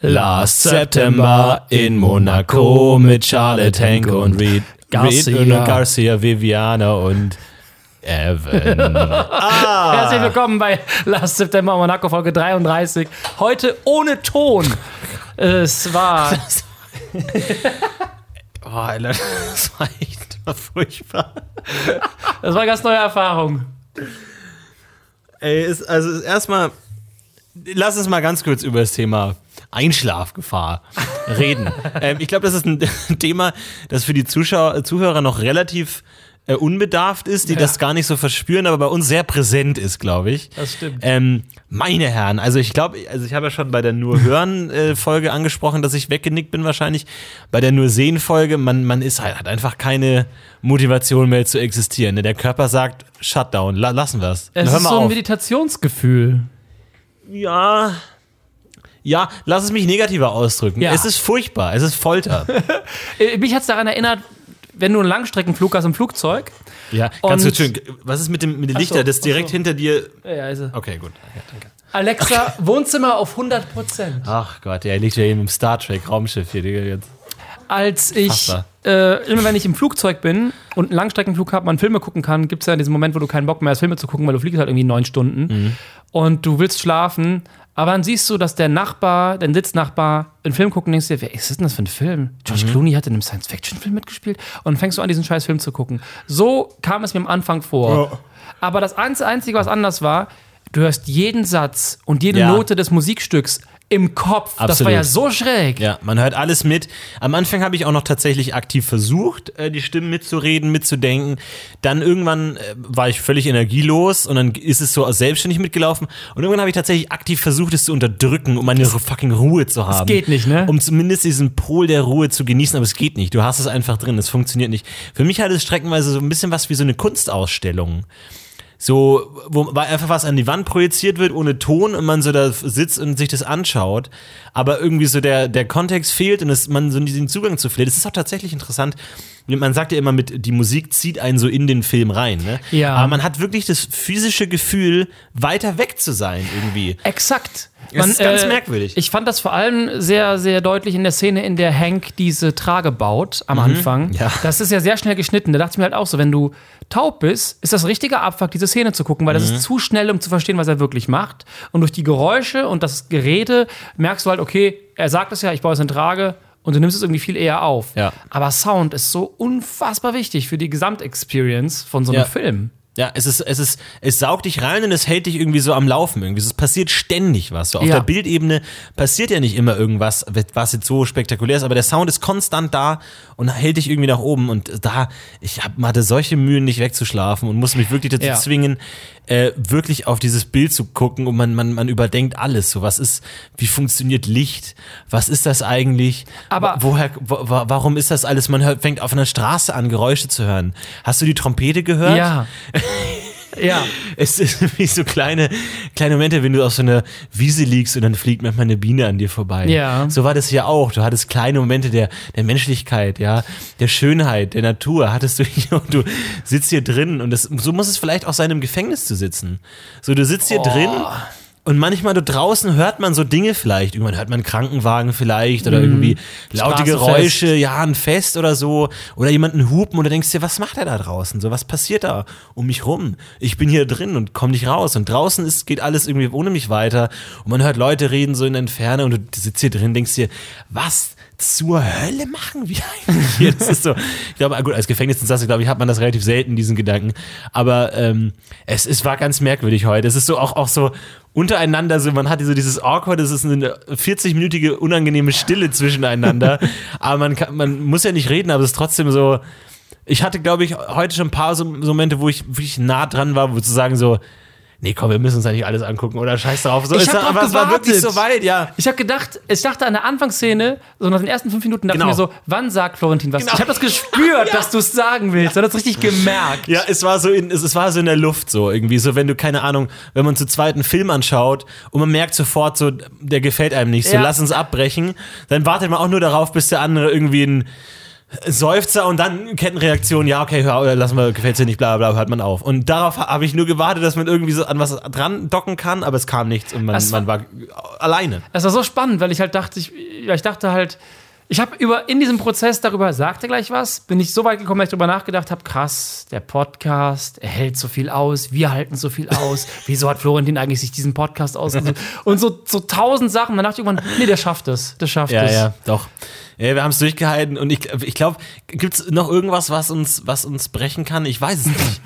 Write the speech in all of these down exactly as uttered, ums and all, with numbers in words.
Last September in Monaco mit Charlotte Henke und Reed Garcia, Reed und Garcia Viviana und Evan. Ah. Herzlich willkommen bei Last September Monaco Folge dreiunddreißig. Heute ohne Ton. Es war... Oh, Alter, das war echt furchtbar. Das war eine ganz neue Erfahrung. Ey, ist, also ist erstmal, lass uns mal ganz kurz über das Thema Einschlafgefahr reden. ähm, ich glaube, das ist ein Thema, das für die Zuschauer, Zuhörer noch relativ äh, unbedarft ist, die ja. das gar nicht so verspüren, aber bei uns sehr präsent ist, glaube ich. Das stimmt. Ähm, meine Herren, also ich glaube, also ich habe ja schon bei der Nur-Hören-Folge äh, angesprochen, dass ich weggenickt bin wahrscheinlich. Bei der Nur-Sehen-Folge, man, man ist halt, hat einfach keine Motivation mehr zu existieren. Ne? Der Körper sagt, Shutdown, la- lassen wir es. Es ist so ein auf. Meditationsgefühl. Ja... Ja, lass es mich negativer ausdrücken. Ja. Es ist furchtbar, es ist Folter. Mich hat es daran erinnert, wenn du einen Langstreckenflug hast im Flugzeug. Ja, ganz gut schön. Was ist mit dem mit den Lichtern, so, das direkt so. hinter dir... Ja, also. Okay, gut. Ja, danke. Alexa, Wohnzimmer auf hundert Prozent. Ach Gott, der liegt ja eben im Star Trek Raumschiff hier, Digga, jetzt. Als ich, äh, immer wenn ich im Flugzeug bin und einen Langstreckenflug habe, man Filme gucken kann, gibt es ja diesen Moment, wo du keinen Bock mehr hast, Filme zu gucken, weil du fliegst halt irgendwie neun Stunden mhm. und du willst schlafen, aber dann siehst du, dass der Nachbar, dein Sitznachbar, einen Film guckt und denkst dir, wer ist denn das für ein Film? George mhm. Clooney hat in einem Science-Fiction-Film mitgespielt und dann fängst du an, diesen scheiß Film zu gucken. So kam es mir am Anfang vor. Oh. Aber das Einzige, was anders war, du hörst jeden Satz und jede ja. Note des Musikstücks im Kopf. Absolut. Das war ja so schräg. Ja, man hört alles mit. Am Anfang habe ich auch noch tatsächlich aktiv versucht, die Stimmen mitzureden, mitzudenken. Dann irgendwann war ich völlig energielos und dann ist es so selbstständig mitgelaufen. Und irgendwann habe ich tatsächlich aktiv versucht, es zu unterdrücken, um eine fucking Ruhe zu haben. Das geht nicht, ne? Um zumindest diesen Pol der Ruhe zu genießen, aber es geht nicht. Du hast es einfach drin, es funktioniert nicht. Für mich hat es streckenweise so ein bisschen was wie so eine Kunstausstellung. So, wo einfach was an die Wand projiziert wird, ohne Ton und man so da sitzt und sich das anschaut, aber irgendwie so der, der Kontext fehlt und es, man so diesen Zugang zu verliert. Das ist auch tatsächlich interessant. Man sagt ja immer mit, die Musik zieht einen so in den Film rein, ne? Ja. Aber man hat wirklich das physische Gefühl, weiter weg zu sein irgendwie. Exakt. Das Man, ist ganz äh, merkwürdig. Ich fand das vor allem sehr, sehr deutlich in der Szene, in der Hank diese Trage baut am mhm. Anfang. Ja. Das ist ja sehr schnell geschnitten. Da dachte ich mir halt auch so, wenn du taub bist, ist das richtiger Abfuck, diese Szene zu gucken, weil das mhm. ist zu schnell, um zu verstehen, was er wirklich macht. Und durch die Geräusche und das Gerede merkst du halt, okay, er sagt es ja, ich baue es in Trage. Und du nimmst es irgendwie viel eher auf. Ja. Aber Sound ist so unfassbar wichtig für die Gesamtexperience von so einem ja. Film. Ja, es ist, es ist, es saugt dich rein und es hält dich irgendwie so am Laufen irgendwie. Es passiert ständig was. So auf ja. der Bildebene passiert ja nicht immer irgendwas, was jetzt so spektakulär ist, aber der Sound ist konstant da und hält dich irgendwie nach oben. Und da, ich hab, hatte solche Mühen, nicht wegzuschlafen und musste mich wirklich dazu ja. zwingen, äh, wirklich auf dieses Bild zu gucken und man, man, man überdenkt alles. So, was ist, wie funktioniert Licht? Was ist das eigentlich? Aber woher, wo, warum ist das alles? Man hört, fängt auf einer Straße an, Geräusche zu hören. Hast du die Trompete gehört? Ja. Ja. Es ist wie so kleine, kleine Momente, wenn du auf so einer Wiese liegst und dann fliegt manchmal eine Biene an dir vorbei. Ja. So war das hier auch. Du hattest kleine Momente der, der Menschlichkeit, ja, der Schönheit, der Natur. Hattest du hier und du sitzt hier drin und das, so muss es vielleicht auch sein, im Gefängnis zu sitzen. So, du sitzt hier oh. drin. Und manchmal da draußen hört man so Dinge vielleicht. Irgendwann hört man einen Krankenwagen vielleicht oder irgendwie laute Geräusche, ja, ein Fest oder so. Oder jemanden hupen und du denkst dir, was macht er da draußen? So, was passiert da um mich rum? Ich bin hier drin und komm nicht raus. Und draußen ist, geht alles irgendwie ohne mich weiter. Und man hört Leute reden so in der Entferne und du sitzt hier drin und denkst dir, was zur Hölle machen wir eigentlich hier? Das ist so, ich glaube, gut, als Gefängnisinsasse, glaube ich, hat man das relativ selten, diesen Gedanken. Aber ähm, es, es war ganz merkwürdig heute. Es ist so auch, auch so untereinander, so man hat so dieses Awkward, es ist eine vierzig-minütige unangenehme Stille zwischeneinander. Aber man, kann, man muss ja nicht reden, aber es ist trotzdem so. Ich hatte, glaube ich, heute schon ein paar so, so Momente, wo ich wirklich nah dran war, wo zu sagen so, nee, komm, wir müssen uns eigentlich alles angucken oder scheiß drauf. So ich ist hab das, aber es war wirklich so weit, ja. Ich habe gedacht, ich dachte an der Anfangsszene, so nach den ersten fünf Minuten, dachte genau. ich mir so, wann sagt Florentin was? Genau. Ich habe das gespürt, ja. dass du es sagen willst. Ich habe das richtig gemerkt. Ja, es war so in, es, es war so in der Luft so irgendwie, so wenn du, keine Ahnung, wenn man zu zweit einen Film anschaut und man merkt sofort so, der gefällt einem nicht, so ja. lass uns abbrechen, dann wartet man auch nur darauf, bis der andere irgendwie ein Seufzer und dann Kettenreaktion, ja, okay, hör, lass mal, gefällt's dir nicht, bla bla, hört man auf. Und darauf habe ich nur gewartet, dass man irgendwie so an was dran docken kann, aber es kam nichts und man, war, man war alleine. Das war so spannend, weil ich halt dachte, ich, ja, ich dachte halt, ich habe über in diesem Prozess darüber, sagt er gleich was, bin ich so weit gekommen, dass ich darüber nachgedacht habe, krass, der Podcast, er hält so viel aus, wir halten so viel aus, wieso hat Florentin eigentlich sich diesen Podcast ausgesucht? Und so, so tausend Sachen, dann dachte ich irgendwann, nee, der schafft es, der schafft ja, es. Ja, ja, doch. Ja, wir haben es durchgehalten und ich, ich glaube, gibt es noch irgendwas, was uns, was uns brechen kann? Ich weiß es nicht.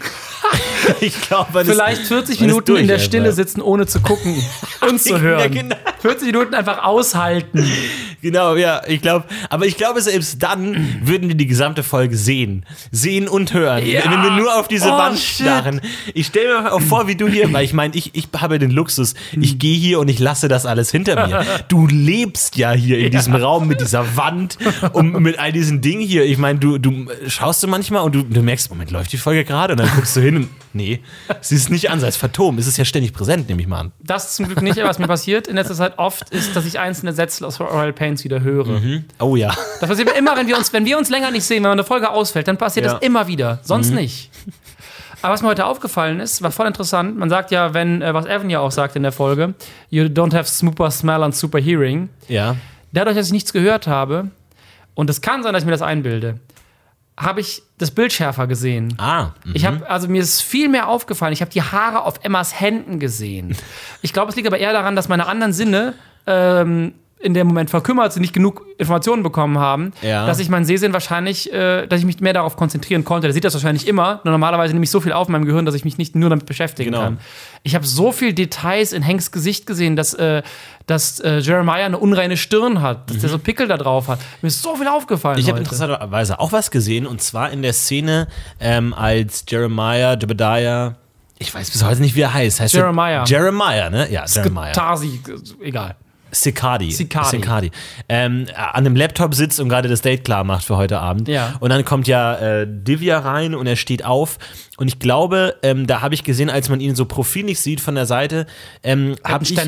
Ich glaube, vielleicht vierzig Minuten in der Stille sitzen, ohne zu gucken und zu hören. Ja, genau. vierzig Minuten einfach aushalten. Genau, ja, ich glaube, aber ich glaube, selbst dann würden wir die gesamte Folge sehen. Sehen und hören. Ja. Wenn wir nur auf diese oh, Wand shit. starren. Ich stelle mir auch vor, wie du hier, weil ich meine, ich, ich habe den Luxus, ich gehe hier und ich lasse das alles hinter mir. Du lebst ja hier in ja. diesem Raum mit dieser Wand und mit all diesen Dingen hier. Ich meine, du, du schaust du manchmal und du, du merkst, Moment, läuft die Folge gerade? Und dann guckst du hin und nee, sie ist nicht an, als Phantom. Es ist ja ständig präsent, nehme ich mal an. Das zum Glück nicht, was mir passiert in letzter Zeit oft ist, dass ich einzelne Sätze aus Royal Pains wieder höre. Mhm. Oh ja. Das passiert immer, wenn wir uns, wenn wir uns länger nicht sehen, wenn eine Folge ausfällt, dann passiert ja. das immer wieder. Sonst mhm. nicht. Aber was mir heute aufgefallen ist, war voll interessant. Man sagt ja, wenn, äh, was Evan ja auch sagt in der Folge, you don't have super smell and super hearing. Ja. Dadurch, dass ich nichts gehört habe, und es kann sein, dass ich mir das einbilde, habe ich das Bild schärfer gesehen. Ah. Mhm. Ich habe, also mir ist viel mehr aufgefallen. Ich habe die Haare auf Emmas Händen gesehen. Ich glaube, es liegt aber eher daran, dass meine anderen Sinne ähm, in dem Moment verkümmert sind, nicht genug Informationen bekommen haben, ja. dass ich mein Sehsinn wahrscheinlich, äh, dass ich mich mehr darauf konzentrieren konnte. Der sieht das wahrscheinlich immer, nur normalerweise nehme ich so viel auf in meinem Gehirn, dass ich mich nicht nur damit beschäftigen genau. kann. Ich habe so viel Details in Hanks Gesicht gesehen, dass, äh, dass äh, Jeremiah eine unreine Stirn hat, dass mhm. der so Pickel da drauf hat. Mir ist so viel aufgefallen. Ich habe interessanterweise auch was gesehen, und zwar in der Szene, ähm, als Jeremiah, Jebediah, ich weiß bis heute nicht, wie er heißt. heißt Jeremiah. Jeremiah, ne? Ja, Jeremiah. Tarsi, egal. Sicardi. Sicardi. Sicardi. Ähm, an einem Laptop sitzt und gerade das Date klar macht für heute Abend. Ja. Und dann kommt ja äh, Divya rein und er steht auf. Und ich glaube, ähm, da habe ich gesehen, als man ihn so profilnig sieht von der Seite, ähm, habe ich,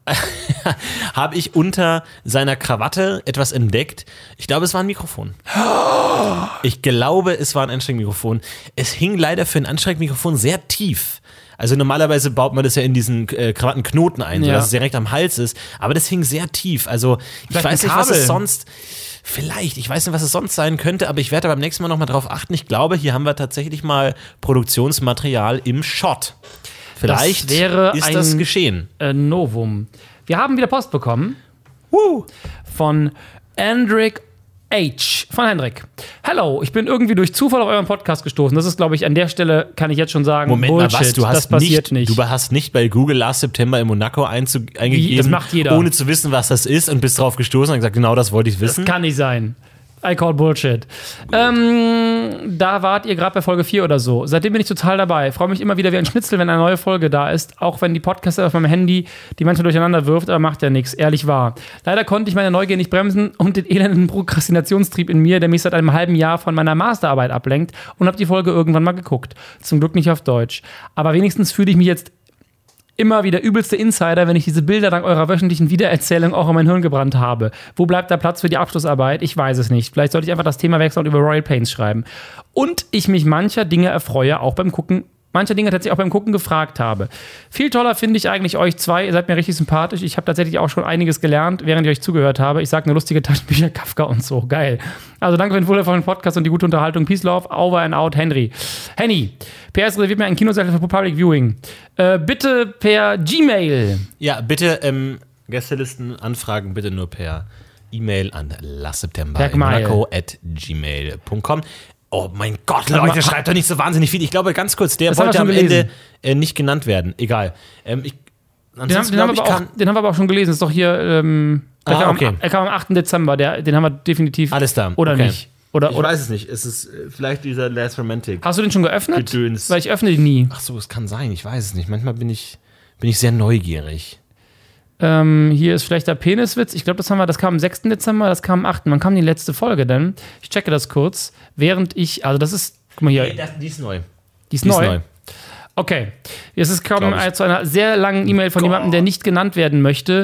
hab ich unter seiner Krawatte etwas entdeckt. Ich glaube, es war ein Mikrofon. Ich glaube, es war ein Ansteckmikrofon. Es hing leider für ein Ansteckmikrofon sehr tief. Also normalerweise baut man das ja in diesen äh, Krawattenknoten ein, ja. sodass es direkt am Hals ist. Aber das hing sehr tief. Also ich vielleicht weiß nicht, was es sonst... Vielleicht, ich weiß nicht, was es sonst sein könnte, aber ich werde beim nächsten Mal nochmal drauf achten. Ich glaube, hier haben wir tatsächlich mal Produktionsmaterial im Shot. Vielleicht das wäre ist ein das geschehen. Äh, Novum. Wir haben wieder Post bekommen. Woo. Von Andrick H. von Hendrik. Hello, ich bin irgendwie durch Zufall auf euren Podcast gestoßen. Das ist, glaube ich, an der Stelle kann ich jetzt schon sagen, Moment Bullshit. mal, was? Du hast das passiert nicht, nicht. Du hast nicht bei Google Last September in Monaco einzu- eingegeben, Wie? Das macht jeder. ohne zu wissen, was das ist, und bist drauf gestoßen und gesagt, genau das wollte ich wissen. Das kann nicht sein. I call Bullshit. Ähm, da wart ihr gerade bei Folge vier oder so. Seitdem bin ich total dabei. Freue mich immer wieder wie ein Schnitzel, wenn eine neue Folge da ist. Auch wenn die Podcaster auf meinem Handy die manchmal durcheinander wirft, aber macht ja nichts. Ehrlich wahr. Leider konnte ich meine Neugier nicht bremsen und den elenden Prokrastinationstrieb in mir, der mich seit einem halben Jahr von meiner Masterarbeit ablenkt, und habe die Folge irgendwann mal geguckt. Zum Glück nicht auf Deutsch. Aber wenigstens fühle ich mich jetzt immer wieder übelste Insider, wenn ich diese Bilder dank eurer wöchentlichen Wiedererzählung auch in mein Hirn gebrannt habe. Wo bleibt da Platz für die Abschlussarbeit? Ich weiß es nicht. Vielleicht sollte ich einfach das Thema wechseln und über Royal Pains schreiben. Und ich mich mancher Dinge erfreue, auch beim Gucken, mancher Dinge tatsächlich auch beim Gucken gefragt habe. Viel toller finde ich eigentlich euch zwei. Ihr seid mir richtig sympathisch. Ich habe tatsächlich auch schon einiges gelernt, während ich euch zugehört habe. Ich sage nur lustige Taschenbücher, Kafka und so. Geil. Also danke für den wundervollen Podcast und die gute Unterhaltung. Peace, Love, over and out, Henry. Henny, P S reserviert mir einen Kinosaal für Public Viewing. Äh, bitte per Gmail. Ja, bitte ähm, Gästelisten anfragen, bitte nur per E-Mail an lastseptember at gmail punkt com. Oh mein Gott, Leute, schreibt doch nicht so wahnsinnig viel. Ich glaube, ganz kurz, der das wollte am Ende äh, nicht genannt werden. Egal. Ähm, ich, den, haben, den, haben wir auch, den haben wir aber auch schon gelesen. Das ist doch hier, ähm, ah, kam okay. am, er kam am achten Dezember. Der, den haben wir definitiv. Alles da. Oder okay. nicht? Oder, ich oder? weiß es nicht. Es ist äh, vielleicht dieser Last Romantic. Hast du den schon geöffnet? Gedöns. Weil ich öffne den nie. Ach so, es kann sein. Ich weiß es nicht. Manchmal bin ich, bin ich sehr neugierig. Ähm, hier ist vielleicht der Peniswitz. Ich glaube, das haben wir, das kam am sechsten Dezember, das kam am achten Wann kam die letzte Folge denn? Ich checke das kurz. Während ich, also das ist, guck mal hier. Nee, das, die ist neu. Die ist, die neu? ist neu. Okay. Jetzt ist kommen zu einer sehr langen E-Mail von Gott. jemandem, der nicht genannt werden möchte.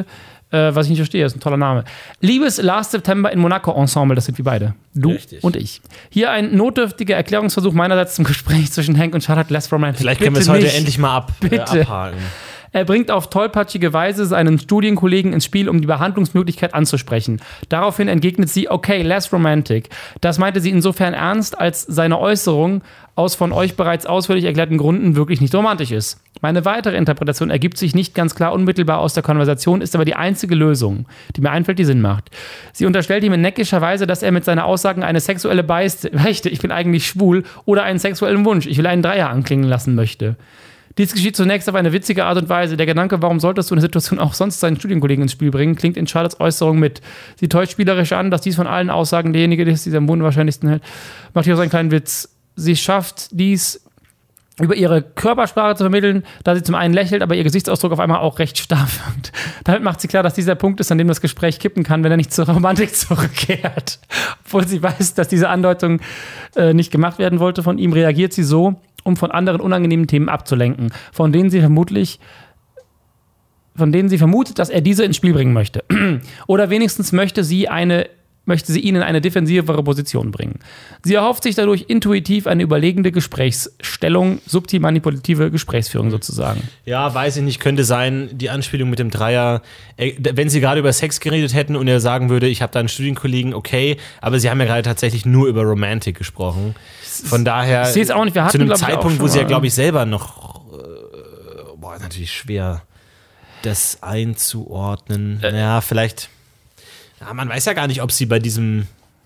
Äh, was ich nicht verstehe, ist ein toller Name. Liebes Last September in Monaco Ensemble, das sind wir beide. Du Richtig. und ich. Hier ein notdürftiger Erklärungsversuch meinerseits zum Gespräch zwischen Hank und Charlotte Less Romantic. Vielleicht können wir es Bitte heute nicht. endlich mal ab, äh, Bitte. abhaken. Er bringt auf tollpatschige Weise seinen Studienkollegen ins Spiel, um die Behandlungsmöglichkeit anzusprechen. Daraufhin entgegnet sie, okay, less romantic. Das meinte sie insofern ernst, als seine Äußerung aus von euch bereits ausführlich erklärten Gründen wirklich nicht romantisch ist. Meine weitere Interpretation ergibt sich nicht ganz klar unmittelbar aus der Konversation, ist aber die einzige Lösung, die mir einfällt, die Sinn macht. Sie unterstellt ihm in neckischer Weise, dass er mit seinen Aussagen eine sexuelle Beichte, ich bin eigentlich schwul, oder einen sexuellen Wunsch, ich will einen Dreier anklingen lassen möchte. Dies geschieht zunächst auf eine witzige Art und Weise. Der Gedanke, warum solltest du eine Situation auch sonst seinen Studienkollegen ins Spiel bringen, klingt in Charlottes Äußerung mit. Sie täuscht spielerisch an, dass dies von allen Aussagen derjenige ist, der am unwahrscheinlichsten hält. Macht hier so einen kleinen Witz. Sie schafft dies über ihre Körpersprache zu vermitteln, da sie zum einen lächelt, aber ihr Gesichtsausdruck auf einmal auch recht starr wirkt. Damit macht sie klar, dass dieser Punkt ist, an dem das Gespräch kippen kann, wenn er nicht zur Romantik zurückkehrt. Obwohl sie weiß, dass diese Andeutung äh, nicht gemacht werden wollte von ihm, reagiert sie so, um von anderen unangenehmen Themen abzulenken, von denen sie vermutlich, von denen sie vermutet, dass er diese ins Spiel bringen möchte. Oder wenigstens möchte sie eine, möchte sie ihn in eine defensivere Position bringen. Sie erhofft sich dadurch intuitiv eine überlegende Gesprächsstellung, subtil manipulative Gesprächsführung sozusagen. Ja, weiß ich nicht, könnte sein, die Anspielung mit dem Dreier, äh, wenn sie gerade über Sex geredet hätten und er sagen würde, ich habe da einen Studienkollegen, okay, aber sie haben ja gerade tatsächlich nur über Romantik gesprochen. Von daher, ich sehe es auch nicht. Wir hatten, zu einem glaub ich, auch Zeitpunkt, schon wo sie ja, mal- glaube ich, selber noch, äh, boah, ist natürlich schwer, das einzuordnen. Äh. Ja, vielleicht, ja, man weiß ja gar nicht, ob sie bei diesem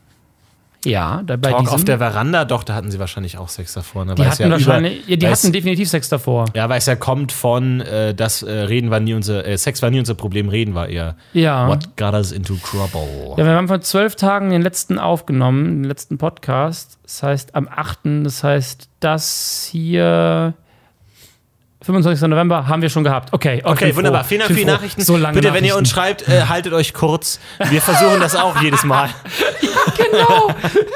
Ja, da bei Talk diesem, auf der Veranda, doch, da hatten sie wahrscheinlich auch Sex davor. Ne? die Weil es hatten ja wahrscheinlich, über, ja, die weil es- hatten definitiv Sex davor. Ja, weil es ja kommt von, äh, das äh, Reden war nie unser, äh, Sex war nie unser Problem, Reden war eher Ja. what got us into trouble. Ja, wir haben vor zwölf Tagen den letzten aufgenommen, den letzten Podcast. Das heißt am achten Das heißt, das hier fünfundzwanzigsten November haben wir schon gehabt. Okay, okay, Okay, froh. wunderbar. Vielen Dank Ich für die bin froh. Nachrichten. So lange Bitte, wenn ihr Nachrichten. uns schreibt, äh, haltet euch kurz. Wir versuchen das auch jedes Mal. Genau.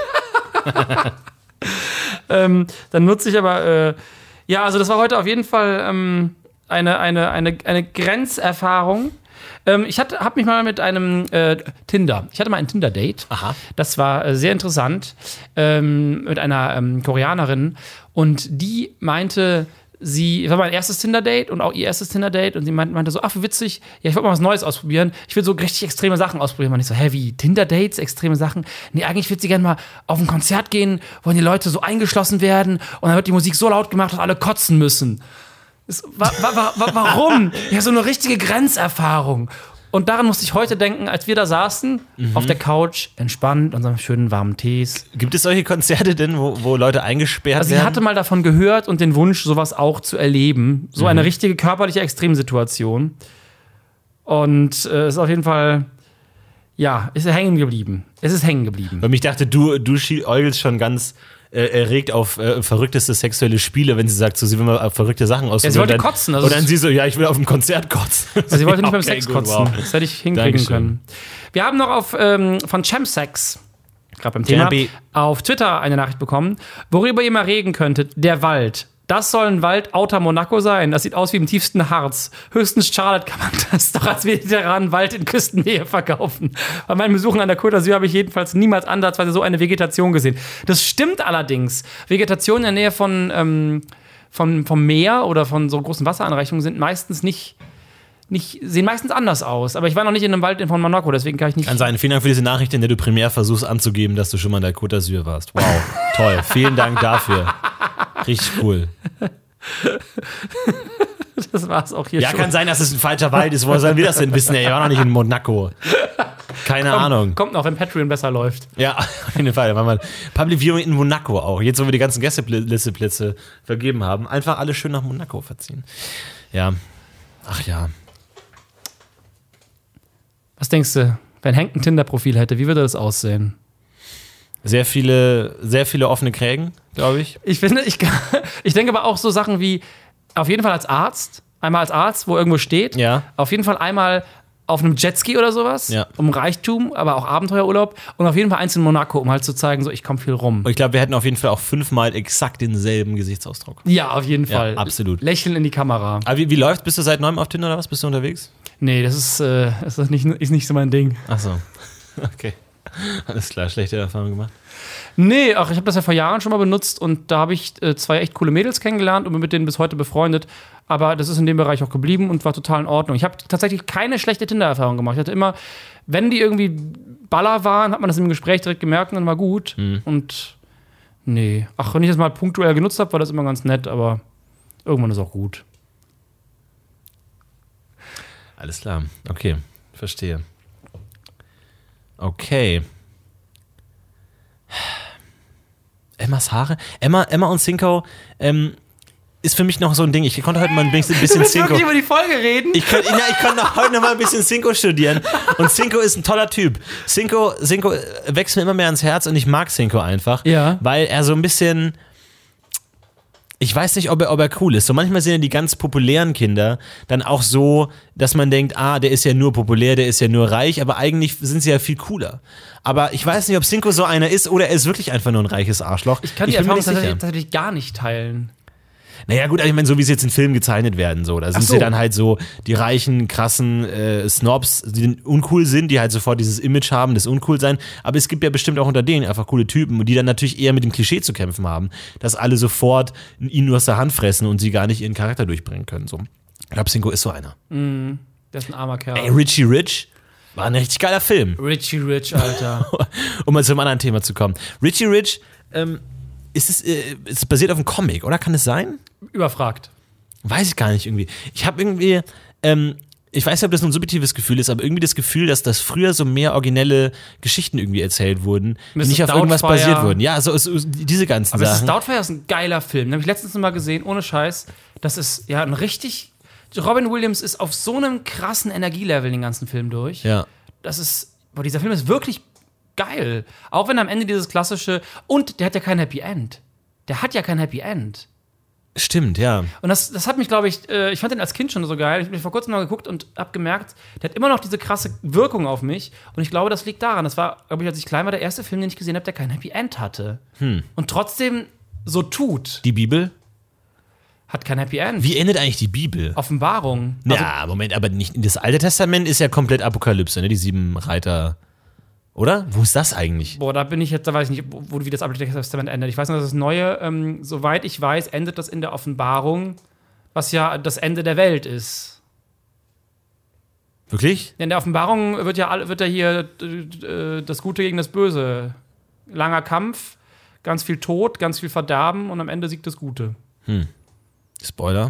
ähm, dann nutze ich aber, äh, ja, also das war heute auf jeden Fall ähm, eine, eine, eine, eine Grenzerfahrung. Ähm, ich habe mich mal mit einem äh, Tinder, ich hatte mal ein Tinder-Date. Aha. Das war äh, sehr interessant, ähm, mit einer ähm, Koreanerin. Und die meinte, sie, war mein erstes Tinder-Date und auch ihr erstes Tinder-Date. Und sie meinte, meinte so, ach, wie witzig, ja, ich wollte mal was Neues ausprobieren. Ich will so richtig extreme Sachen ausprobieren. Und ich so, hä, wie, Tinder-Dates, extreme Sachen? Nee, eigentlich würde sie gerne mal auf ein Konzert gehen, wo die Leute so eingeschlossen werden und dann wird die Musik so laut gemacht, dass alle kotzen müssen. Das, wa, wa, wa, wa, warum? Ja, so eine richtige Grenzerfahrung. Und daran musste ich heute denken, als wir da saßen, Mhm. auf der Couch, entspannt, unserem schönen warmen Tees. Gibt es solche Konzerte denn, wo, wo Leute eingesperrt Also sie werden? hatte mal davon gehört und den Wunsch, sowas auch zu erleben. So eine richtige körperliche Extremsituation. Und es äh, ist auf jeden Fall, ja, ist hängen geblieben. Es ist hängen geblieben. Weil ich dachte, du, du äugelst schon ganz äh, erregt auf äh, verrückteste sexuelle Spiele, wenn sie sagt, so, sie will mal auf verrückte Sachen ausprobieren. Ja, sie wollte und dann, kotzen, also und dann sie so, ja, ich will auf dem Konzert kotzen. Also sie wollte nicht beim Okay, Sex gut, kotzen. wow. Das hätte ich hinkriegen Dankeschön. können. Wir haben noch auf, ähm, von Chemsex, gerade beim Thema, Champi. auf Twitter eine Nachricht bekommen, worüber ihr mal reden könntet. Der Wald. Das soll ein Wald outer Monaco sein. Das sieht aus wie im tiefsten Harz. Höchstens Charlotte kann man das doch als mediterranen Wald in Küstennähe verkaufen. Bei meinen Besuchen an der Côte d'Azur habe ich jedenfalls niemals ansatzweise so eine Vegetation gesehen. Das stimmt allerdings. Vegetation in der Nähe von, ähm, von, vom Meer oder von so großen Wasseranreichungen sind meistens nicht, nicht, sehen meistens anders aus. Aber ich war noch nicht in einem Wald von Monaco, deswegen kann ich nicht. Kann sein. Vielen Dank für diese Nachricht, in der du primär versuchst anzugeben, dass du schon mal in der Côte d'Azur warst. Wow, toll. Vielen Dank dafür. Richtig cool. Das war's auch hier Ja, schon. kann sein, dass es ein falscher Wald ist. Woher sollen wir das denn wissen? Ey, ich war noch nicht in Monaco. Keine Ahnung. Kommt noch, wenn Patreon besser läuft. Ja, auf jeden Fall. Machen wir Public Viewing in Monaco auch. Jetzt, wo wir die ganzen Gästelisteplätze vergeben haben, einfach alle schön nach Monaco verziehen. Ja. Ach ja. Was denkst du, wenn Hank ein Tinder-Profil hätte, wie würde das aussehen? Sehr viele, sehr viele offene Krägen, glaube ich. Ich finde, ich, ich denke aber auch so Sachen wie, auf jeden Fall als Arzt, einmal als Arzt, wo irgendwo steht, Ja. auf jeden Fall einmal auf einem Jetski oder sowas, Ja. um Reichtum, aber auch Abenteuerurlaub und auf jeden Fall eins in Monaco, um halt zu zeigen, so ich komme viel rum. Und ich glaube, wir hätten auf jeden Fall auch fünfmal exakt denselben Gesichtsausdruck. Ja, auf jeden Ja, Fall. absolut. Lächeln in die Kamera. Aber wie, wie läuft? Bist du seit neuem auf Tinder oder was? Bist du unterwegs? Nee, das ist, äh, das ist, nicht, ist nicht so mein Ding. Ach so. Okay. Alles klar, schlechte Erfahrung gemacht. Nee, ach, ich habe das ja vor Jahren schon mal benutzt und da habe ich äh, zwei echt coole Mädels kennengelernt und bin mit denen bis heute befreundet. Aber das ist in dem Bereich auch geblieben und war total in Ordnung. Ich habe tatsächlich keine schlechte Tinder-Erfahrung gemacht. Ich hatte immer, wenn die irgendwie Baller waren, hat man das im Gespräch direkt gemerkt und dann war gut. Mhm. Und nee, ach, wenn ich das mal punktuell genutzt habe, war das immer ganz nett, aber irgendwann ist auch gut. Alles klar, okay, verstehe. Okay. Emmas Haare? Emma, Emma und Cinco ähm, ist für mich noch so ein Ding. Ich konnte heute mal ein bisschen, ein bisschen du willst Cinco. wirklich über die Folge reden? Ich konnte, ja, ich konnte heute noch mal ein bisschen Cinco studieren. Und Cinco ist ein toller Typ. Cinco, Cinco wächst mir immer mehr ans Herz und ich mag Cinco einfach. Ja. Weil er so ein bisschen. Ich weiß nicht, ob er, ob er cool ist. So manchmal sind ja die ganz populären Kinder dann auch so, dass man denkt, ah, der ist ja nur populär, der ist ja nur reich, aber eigentlich sind sie ja viel cooler. Aber ich weiß nicht, ob Cinco so einer ist oder er ist wirklich einfach nur ein reiches Arschloch. Ich kann die ich bin mir Erfahrung nicht sicher. tatsächlich, tatsächlich gar nicht teilen. Naja gut, ich meine, so wie sie jetzt in Filmen gezeichnet werden, so, da sind so. sie dann halt so die reichen, krassen äh, Snobs, die uncool sind, die halt sofort dieses Image haben, das uncool sein, aber es gibt ja bestimmt auch unter denen einfach coole Typen, die dann natürlich eher mit dem Klischee zu kämpfen haben, dass alle sofort ihn nur aus der Hand fressen und sie gar nicht ihren Charakter durchbringen können, so. Ich glaube, Cinco ist so einer. Mm, der ist ein armer Kerl. Ey, Richie Rich war ein richtig geiler Film. Richie Rich, Alter. Um mal zu einem anderen Thema zu kommen. Richie Rich, ähm, ist es, äh, ist es basiert auf einem Comic, oder? Kann es sein? Überfragt. Weiß ich gar nicht irgendwie. Ich habe irgendwie, ähm, ich weiß nicht, ob das nur ein subjektives Gefühl ist, aber irgendwie das Gefühl, dass das früher so mehr originelle Geschichten irgendwie erzählt wurden, die nicht auf irgendwas basiert wurden. Ja, so, so diese ganzen aber Sachen. Aber Doubtfire ist ein geiler Film. Den habe ich letztens mal gesehen, ohne Scheiß. Das ist ja ein richtig. Robin Williams ist auf so einem krassen Energielevel den ganzen Film durch. Ja. Das ist. Boah, dieser Film ist wirklich geil. Auch wenn am Ende dieses klassische. Und der hat ja kein Happy End. Der hat ja kein Happy End. Stimmt, ja. Und das, das hat mich, glaube ich, äh, ich fand den als Kind schon so geil. Ich habe vor kurzem mal geguckt und habe gemerkt, der hat immer noch diese krasse Wirkung auf mich. Und ich glaube, das liegt daran. Das war, glaube ich, als ich klein war, der erste Film, den ich gesehen habe, der kein Happy End hatte. Hm. Und trotzdem so tut. Die Bibel? Hat kein Happy End. Wie endet eigentlich die Bibel? Offenbarung. Ja, also, Moment, aber nicht. Das Alte Testament ist ja komplett Apokalypse, ne? Die sieben Reiter. Oder? Wo ist das eigentlich? Boah, da bin ich jetzt, da weiß ich nicht, wo, wie das Alte Testament endet. Ich weiß nur, dass das Neue, ähm, soweit ich weiß, endet das in der Offenbarung, was ja das Ende der Welt ist. Wirklich? In der Offenbarung wird ja, wird ja hier äh, das Gute gegen das Böse. Langer Kampf, ganz viel Tod, ganz viel Verderben und am Ende siegt das Gute. Hm. Spoiler?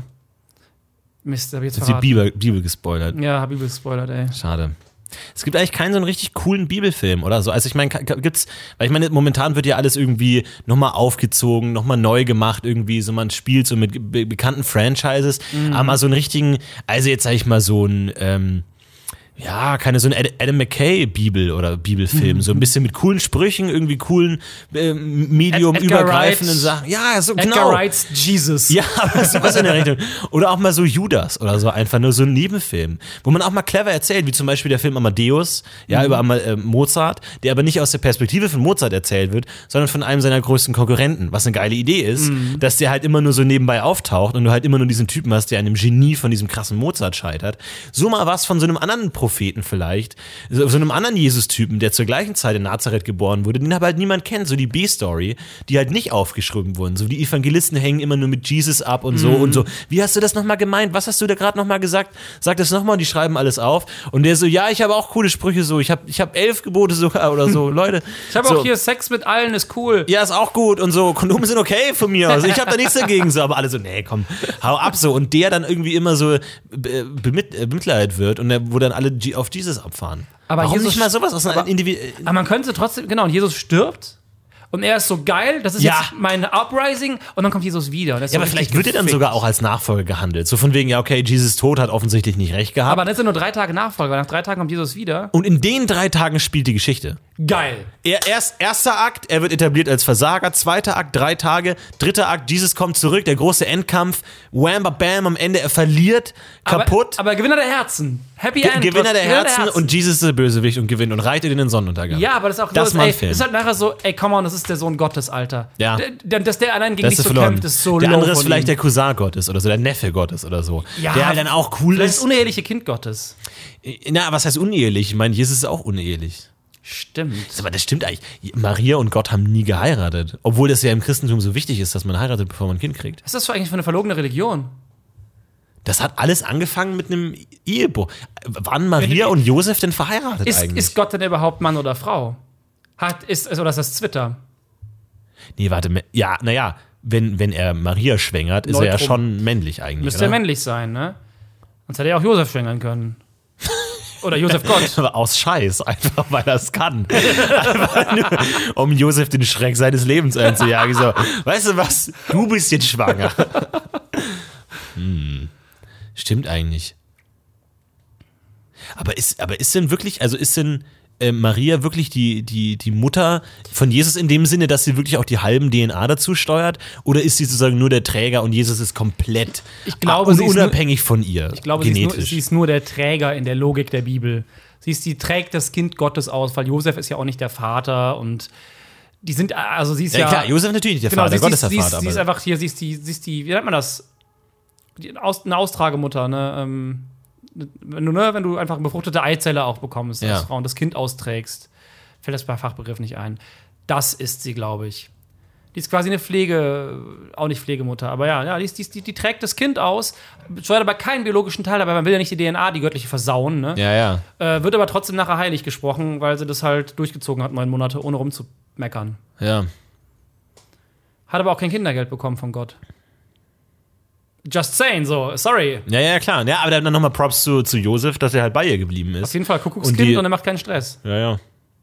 Mist, hab ich jetzt Jetzt verraten. die Bibel, Bibel gespoilert. Ja, hab Bibel gespoilert, ey. Schade. Es gibt eigentlich keinen so einen richtig coolen Bibelfilm oder so. Also ich meine, gibt's, weil ich meine, momentan wird ja alles irgendwie nochmal aufgezogen, nochmal neu gemacht, irgendwie so, man spielt so mit be- bekannten Franchises, mhm. aber mal so einen richtigen, also jetzt sag ich mal so ein, ähm, ja, keine so eine Adam McKay-Bibel oder Bibelfilm, mhm. so ein bisschen mit coolen Sprüchen, irgendwie coolen äh, medium-übergreifenden Sachen. Ja, so genau. Edgar Wrights Jesus. Ja, was in der Richtung. Oder auch mal so Judas oder so, einfach nur so ein Nebenfilm, wo man auch mal clever erzählt, wie zum Beispiel der Film Amadeus, ja, mhm. über äh, Mozart, der aber nicht aus der Perspektive von Mozart erzählt wird, sondern von einem seiner größten Konkurrenten, was eine geile Idee ist, mhm. dass der halt immer nur so nebenbei auftaucht und du halt immer nur diesen Typen hast, der an einem Genie von diesem krassen Mozart scheitert. So mal was von so einem anderen Propheten vielleicht, so, so einem anderen Jesus-Typen, der zur gleichen Zeit in Nazareth geboren wurde, den aber halt niemand kennt, so die B-Story, die halt nicht aufgeschrieben wurden. So die Evangelisten hängen immer nur mit Jesus ab und so mhm. und so. Wie hast du das nochmal gemeint? Was hast du da gerade nochmal gesagt? Sag das nochmal und die schreiben alles auf. Und der so, ja, ich habe auch coole Sprüche so. Ich habe ich hab elf Gebote sogar oder so. Leute. Ich habe so. auch hier Sex mit allen, ist cool. Ja, ist auch gut und so. Kondome sind okay von mir aus. Ich habe da nichts dagegen so. Aber alle so, nee, komm, hau ab so. Und der dann irgendwie immer so bemitleidet wird und der, wo dann alle auf Jesus abfahren. Aber Warum Jesus, nicht mal sowas aus einer aber, Individu- aber man könnte trotzdem, genau, und Jesus stirbt und er ist so geil, das ist ja. jetzt meine Uprising und dann kommt Jesus wieder. Ja, so aber vielleicht wird er dann sogar auch als Nachfolger gehandelt. So von wegen, ja, okay, Jesus Tod hat offensichtlich nicht recht gehabt. Aber das sind nur drei Tage Nachfolger, weil nach drei Tagen kommt Jesus wieder. Und in den drei Tagen spielt die Geschichte. Geil. Er, erst, erster Akt, er wird etabliert als Versager. Zweiter Akt, drei Tage. Dritter Akt, Jesus kommt zurück, der große Endkampf. Wham, bam, am Ende, er verliert, kaputt. Aber, aber Gewinner der Herzen. Happy End. Ge- Gewinner der Herzen der Herzen und Jesus ist der Bösewicht und gewinnt und reitet in den Sonnenuntergang. Ja, aber das ist auch das so, ey, Film. ist halt nachher so, ey, come on, das ist der Sohn Gottes, Alter. Ja. Der, dass der allein gegen Das dich ist so verloren. kämpft, ist so Der low andere ist von vielleicht ihm. der Cousin Gottes oder so, der Neffe Gottes oder so. Ja, der halt dann auch cool Das ist ist. das uneheliche Kind Gottes. Na, was heißt unehelich? Ich meine, Jesus ist auch unehelich. Stimmt. Aber das stimmt eigentlich. Maria und Gott haben nie geheiratet. Obwohl das ja im Christentum so wichtig ist, dass man heiratet, bevor man ein Kind kriegt. Was ist das für eigentlich für eine verlogene Religion? Das hat alles angefangen mit einem Ehebruch. Waren Maria und Josef denn verheiratet Ist, eigentlich? ist Gott denn überhaupt Mann oder Frau? Hat, ist, oder ist das Twitter? Nee, warte. Ja, naja, wenn, wenn er Maria schwängert, ist er ja Neutrum. schon männlich eigentlich. Müsste oder? er männlich sein, ne? Sonst hätte er auch Josef schwängern können. Oder Josef Gott. Aber aus Scheiß, einfach weil er es kann. Einfach nur, um Josef den Schreck seines Lebens einzujagen. So, weißt du was? Du bist jetzt schwanger. Hm. Stimmt eigentlich. Aber ist, aber ist denn wirklich, also ist denn äh, Maria wirklich die, die, die Mutter von Jesus in dem Sinne, dass sie wirklich auch die halben D N A dazu steuert? Oder ist sie sozusagen nur der Träger und Jesus ist komplett Ich glaube, un- sie ist unabhängig von ihr? Ich glaube, sie ist, nur, genetisch? sie ist nur der Träger in der Logik der Bibel. Sie ist die trägt das Kind Gottes aus, weil Josef ist ja auch nicht der Vater und die sind, also sie ist ja. ja, klar, Josef natürlich nicht der genau, Vater, sie, Gott sie, ist der sie, Vater. Ist, sie ist aber einfach hier, sie ist die, sie ist die, wie nennt man das? Die, Aus, eine Austragemutter, ne? Ähm, wenn du, ne, wenn du einfach eine befruchtete Eizelle auch bekommst Ja. als Frau und das Kind austrägst, fällt das bei Fachbegriff nicht ein. Das ist sie, glaube ich. Die ist quasi eine Pflege, auch nicht Pflegemutter, aber ja, ja die, ist, die, ist, die, die trägt das Kind aus, steuert aber keinen biologischen Teil dabei, man will ja nicht die D N A, die göttliche, versauen, ne? ja, ja. Äh, wird aber trotzdem nachher heilig gesprochen, weil sie das halt durchgezogen hat, neun Monate, ohne rumzumeckern. Ja. Hat aber auch kein Kindergeld bekommen von Gott. Just saying, so, sorry. Ja, ja, klar. Ja, aber dann nochmal Props zu, zu Josef, dass er halt bei ihr geblieben ist. Auf jeden Fall, Kuckuckskind Und die- und er macht keinen Stress. Ja, ja.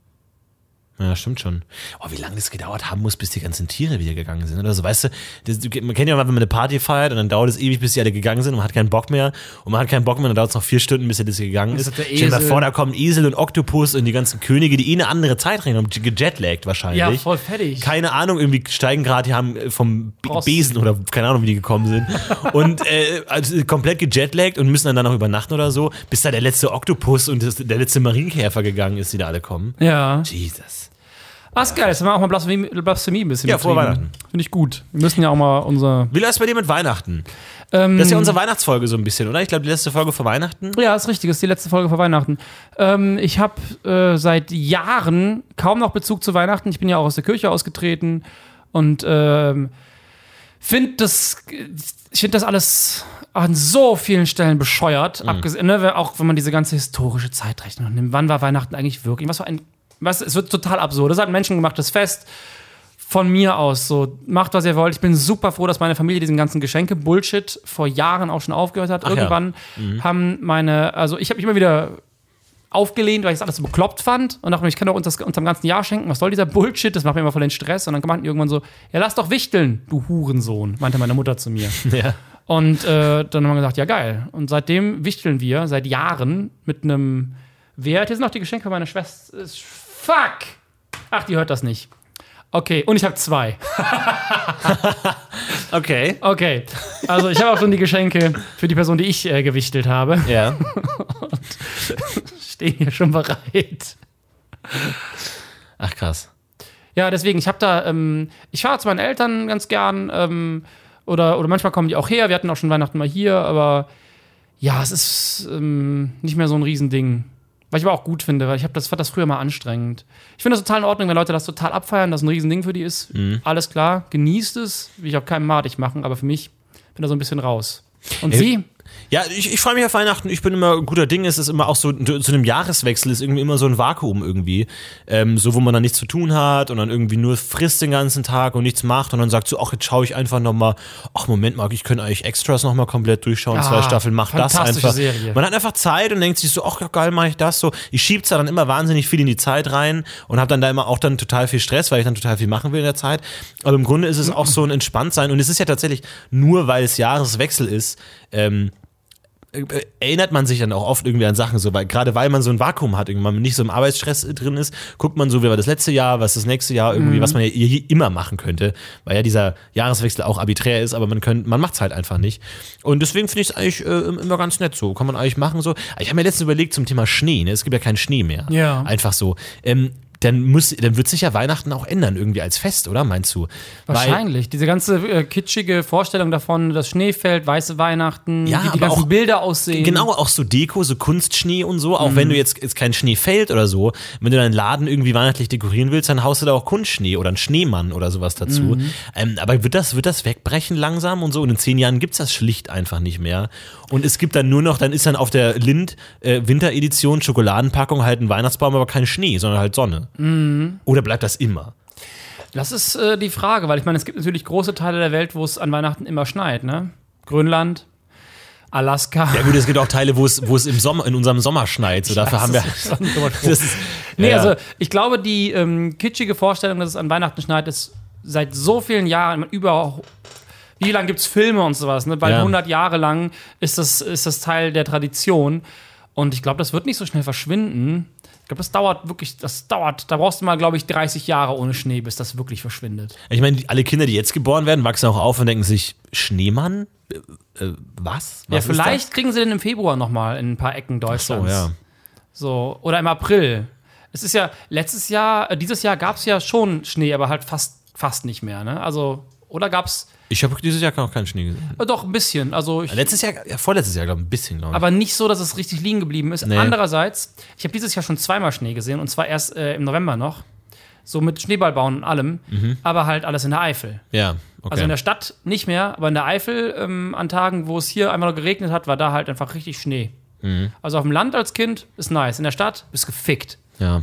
Ja, stimmt schon. Oh, wie lange das gedauert haben muss, bis die ganzen Tiere wieder gegangen sind oder so. Weißt du, das, man kennt ja mal, wenn man eine Party feiert und dann dauert es ewig, bis die alle gegangen sind und man hat keinen Bock mehr. Und man hat keinen Bock mehr, dann dauert es noch vier Stunden, bis er das gegangen Das ist. ist der Stell dir mal Esel. vor, da kommen Esel und Oktopus und die ganzen Könige, die eh eine andere Zeit rein haben, gejetlaggt wahrscheinlich. Ja, voll fertig. Keine Ahnung, irgendwie steigen gerade, die haben vom B- Ross. Besen oder keine Ahnung, wie die gekommen sind. Und äh, also komplett gejetlaggt und müssen dann da noch übernachten oder so, bis da der letzte Oktopus und das, der letzte Marienkäfer gegangen ist, die da alle kommen. Ja. Jesus. Ah, ist geil, jetzt haben wir auch mal Blasphemie, Blasphemie ein bisschen Ja, frohe betrieben. Weihnachten. Finde ich gut. Wir müssen ja auch mal unser. Wie läuft's bei dir mit Weihnachten? Ähm, Das ist ja unsere Weihnachtsfolge so ein bisschen, oder? Ich glaube, die letzte Folge vor Weihnachten. Ja, ist richtig, ist die letzte Folge vor Weihnachten. Ähm, ich habe äh, seit Jahren kaum noch Bezug zu Weihnachten. Ich bin ja auch aus der Kirche ausgetreten und ähm, finde das, ich finde das alles an so vielen Stellen bescheuert. Mhm. Abgesehen, ne, auch wenn man diese ganze historische Zeitrechnung nimmt. Wann war Weihnachten eigentlich wirklich? Was war ein, was, es wird total absurd. Das ist halt ein menschengemachtes Fest. Von mir aus, so, macht, was ihr wollt. Ich bin super froh, dass meine Familie diesen ganzen Geschenke-Bullshit vor Jahren auch schon aufgehört hat. Ach ja. Irgendwann haben meine, also ich habe mich immer wieder aufgelehnt, weil ich das alles so bekloppt fand und dachte mir, ich kann doch uns das unterm ganzen Jahr schenken. Was soll dieser Bullshit? Das macht mir immer voll den Stress. Und dann meinten die irgendwann so, ja, lass doch wichteln, du Hurensohn, meinte meine Mutter zu mir. Ja. Und äh, dann haben wir gesagt, ja, geil. Und seitdem wichteln wir, seit Jahren, mit einem Wert. Hier sind noch die Geschenke für meine Schwester. Fuck! Ach, die hört das nicht. Okay, und ich habe zwei. Okay. Okay, also ich habe auch schon die Geschenke für die Person, die ich äh, gewichtelt habe. Ja. Stehen hier schon bereit. Ach, krass. Ja, deswegen, ich habe da, ähm, ich fahre zu meinen Eltern ganz gern ähm, oder, oder manchmal kommen die auch her. Wir hatten auch schon Weihnachten mal hier, aber ja, es ist ähm, nicht mehr so ein Riesending. Was ich aber auch gut finde, weil ich hab das, fand das früher mal anstrengend. Ich finde das total in Ordnung, wenn Leute das total abfeiern, das ein Riesending für die ist. Mhm. Alles klar, genießt es, will ich auch keinem madig machen, aber für mich bin da so ein bisschen raus. Und Ey, Sie? Ja, ich, ich freue mich auf Weihnachten. Ich bin immer guter Ding. Es ist immer auch so, zu einem Jahreswechsel ist irgendwie immer so ein Vakuum irgendwie. Ähm, so, wo man dann nichts zu tun hat und dann irgendwie nur frisst den ganzen Tag und nichts macht und dann sagt so, ach, jetzt schaue ich einfach nochmal, ach, Moment mal, ich könnte eigentlich Extras nochmal komplett durchschauen. Ah, Zwei Staffeln, mach das fantastische einfach. Serie. Man hat einfach Zeit und denkt sich so, ach, ja, geil, mache ich das so. Ich schieb's da dann immer wahnsinnig viel in die Zeit rein und habe dann da immer auch dann total viel Stress, weil ich dann total viel machen will in der Zeit. Aber im Grunde ist es auch so ein Entspanntsein und es ist ja tatsächlich nur, weil es Jahreswechsel ist, ähm, erinnert man sich dann auch oft irgendwie an Sachen, so, weil gerade weil man so ein Vakuum hat, irgendwie man nicht so im Arbeitsstress drin ist, guckt man so, wie war das letzte Jahr, was das nächste Jahr irgendwie, mhm. was man ja immer machen könnte, weil ja dieser Jahreswechsel auch arbiträr ist, aber man könnte, man macht es halt einfach nicht. Und deswegen finde ich es eigentlich äh, immer ganz nett so, kann man eigentlich machen so. Ich habe mir letztens überlegt zum Thema Schnee, ne? Es gibt ja keinen Schnee mehr. Ja. Einfach so. Ähm, dann muss, dann wird sich ja Weihnachten auch ändern, irgendwie als Fest, oder? Meinst du? Wahrscheinlich. Weil, Diese ganze äh, kitschige Vorstellung davon, das Schnee fällt, weiße Weihnachten, ja, wie die aber ganzen auch, Bilder aussehen. Genau, auch so Deko, so Kunstschnee und so. Auch mhm. wenn du jetzt, jetzt kein Schnee fällt oder so, wenn du deinen Laden irgendwie weihnachtlich dekorieren willst, dann haust du da auch Kunstschnee oder einen Schneemann oder sowas dazu. Mhm. Ähm, aber wird das, wird das wegbrechen langsam und so? Und in zehn Jahren gibt's das schlicht einfach nicht mehr. Und es gibt dann nur noch, dann ist dann auf der Lind äh, Winteredition Schokoladenpackung halt ein Weihnachtsbaum, aber kein Schnee, sondern halt Sonne. Mhm. Oder bleibt das immer? Das ist äh, die Frage, weil ich meine, es gibt natürlich große Teile der Welt, wo es an Weihnachten immer schneit, ne? Grönland, Alaska. Ja gut, es gibt auch Teile, wo es, wo es im Sommer, in unserem Sommer schneit. So, dafür haben wir. Das ist, nee, ja. also ich glaube, die ähm, kitschige Vorstellung, dass es an Weihnachten schneit, ist seit so vielen Jahren über. Wie lange gibt es Filme und sowas? Ne? Bald ja. hundert Jahre lang ist das, ist das Teil der Tradition. Und ich glaube, das wird nicht so schnell verschwinden. Ich glaube, das dauert wirklich, das dauert, da brauchst du mal, glaube ich, dreißig Jahre ohne Schnee, bis das wirklich verschwindet. Ich meine, alle Kinder, die jetzt geboren werden, wachsen auch auf und denken sich, Schneemann? Äh, was? was? Ja, vielleicht kriegen sie den im Februar nochmal in ein paar Ecken Deutschlands. Ach so, ja. So, oder im April. Es ist ja, letztes Jahr, äh, dieses Jahr gab es ja schon Schnee, aber halt fast, fast nicht mehr, ne? Also, oder gab's. Ich habe dieses Jahr noch keinen Schnee gesehen. Äh, doch, ein bisschen. Also ich, Letztes Jahr, ja, vorletztes Jahr, glaube ich, ein bisschen, glaube ich. Aber nicht so, dass es richtig liegen geblieben ist. Nee. Andererseits, ich habe dieses Jahr schon zweimal Schnee gesehen, und zwar erst äh, im November noch. So mit Schneeballbauen und allem, mhm. aber halt alles in der Eifel. Ja, okay. Also in der Stadt nicht mehr, aber in der Eifel ähm, an Tagen, wo es hier einmal noch geregnet hat, war da halt einfach richtig Schnee. Mhm. Also auf dem Land als Kind ist nice, in der Stadt bist gefickt. Ja.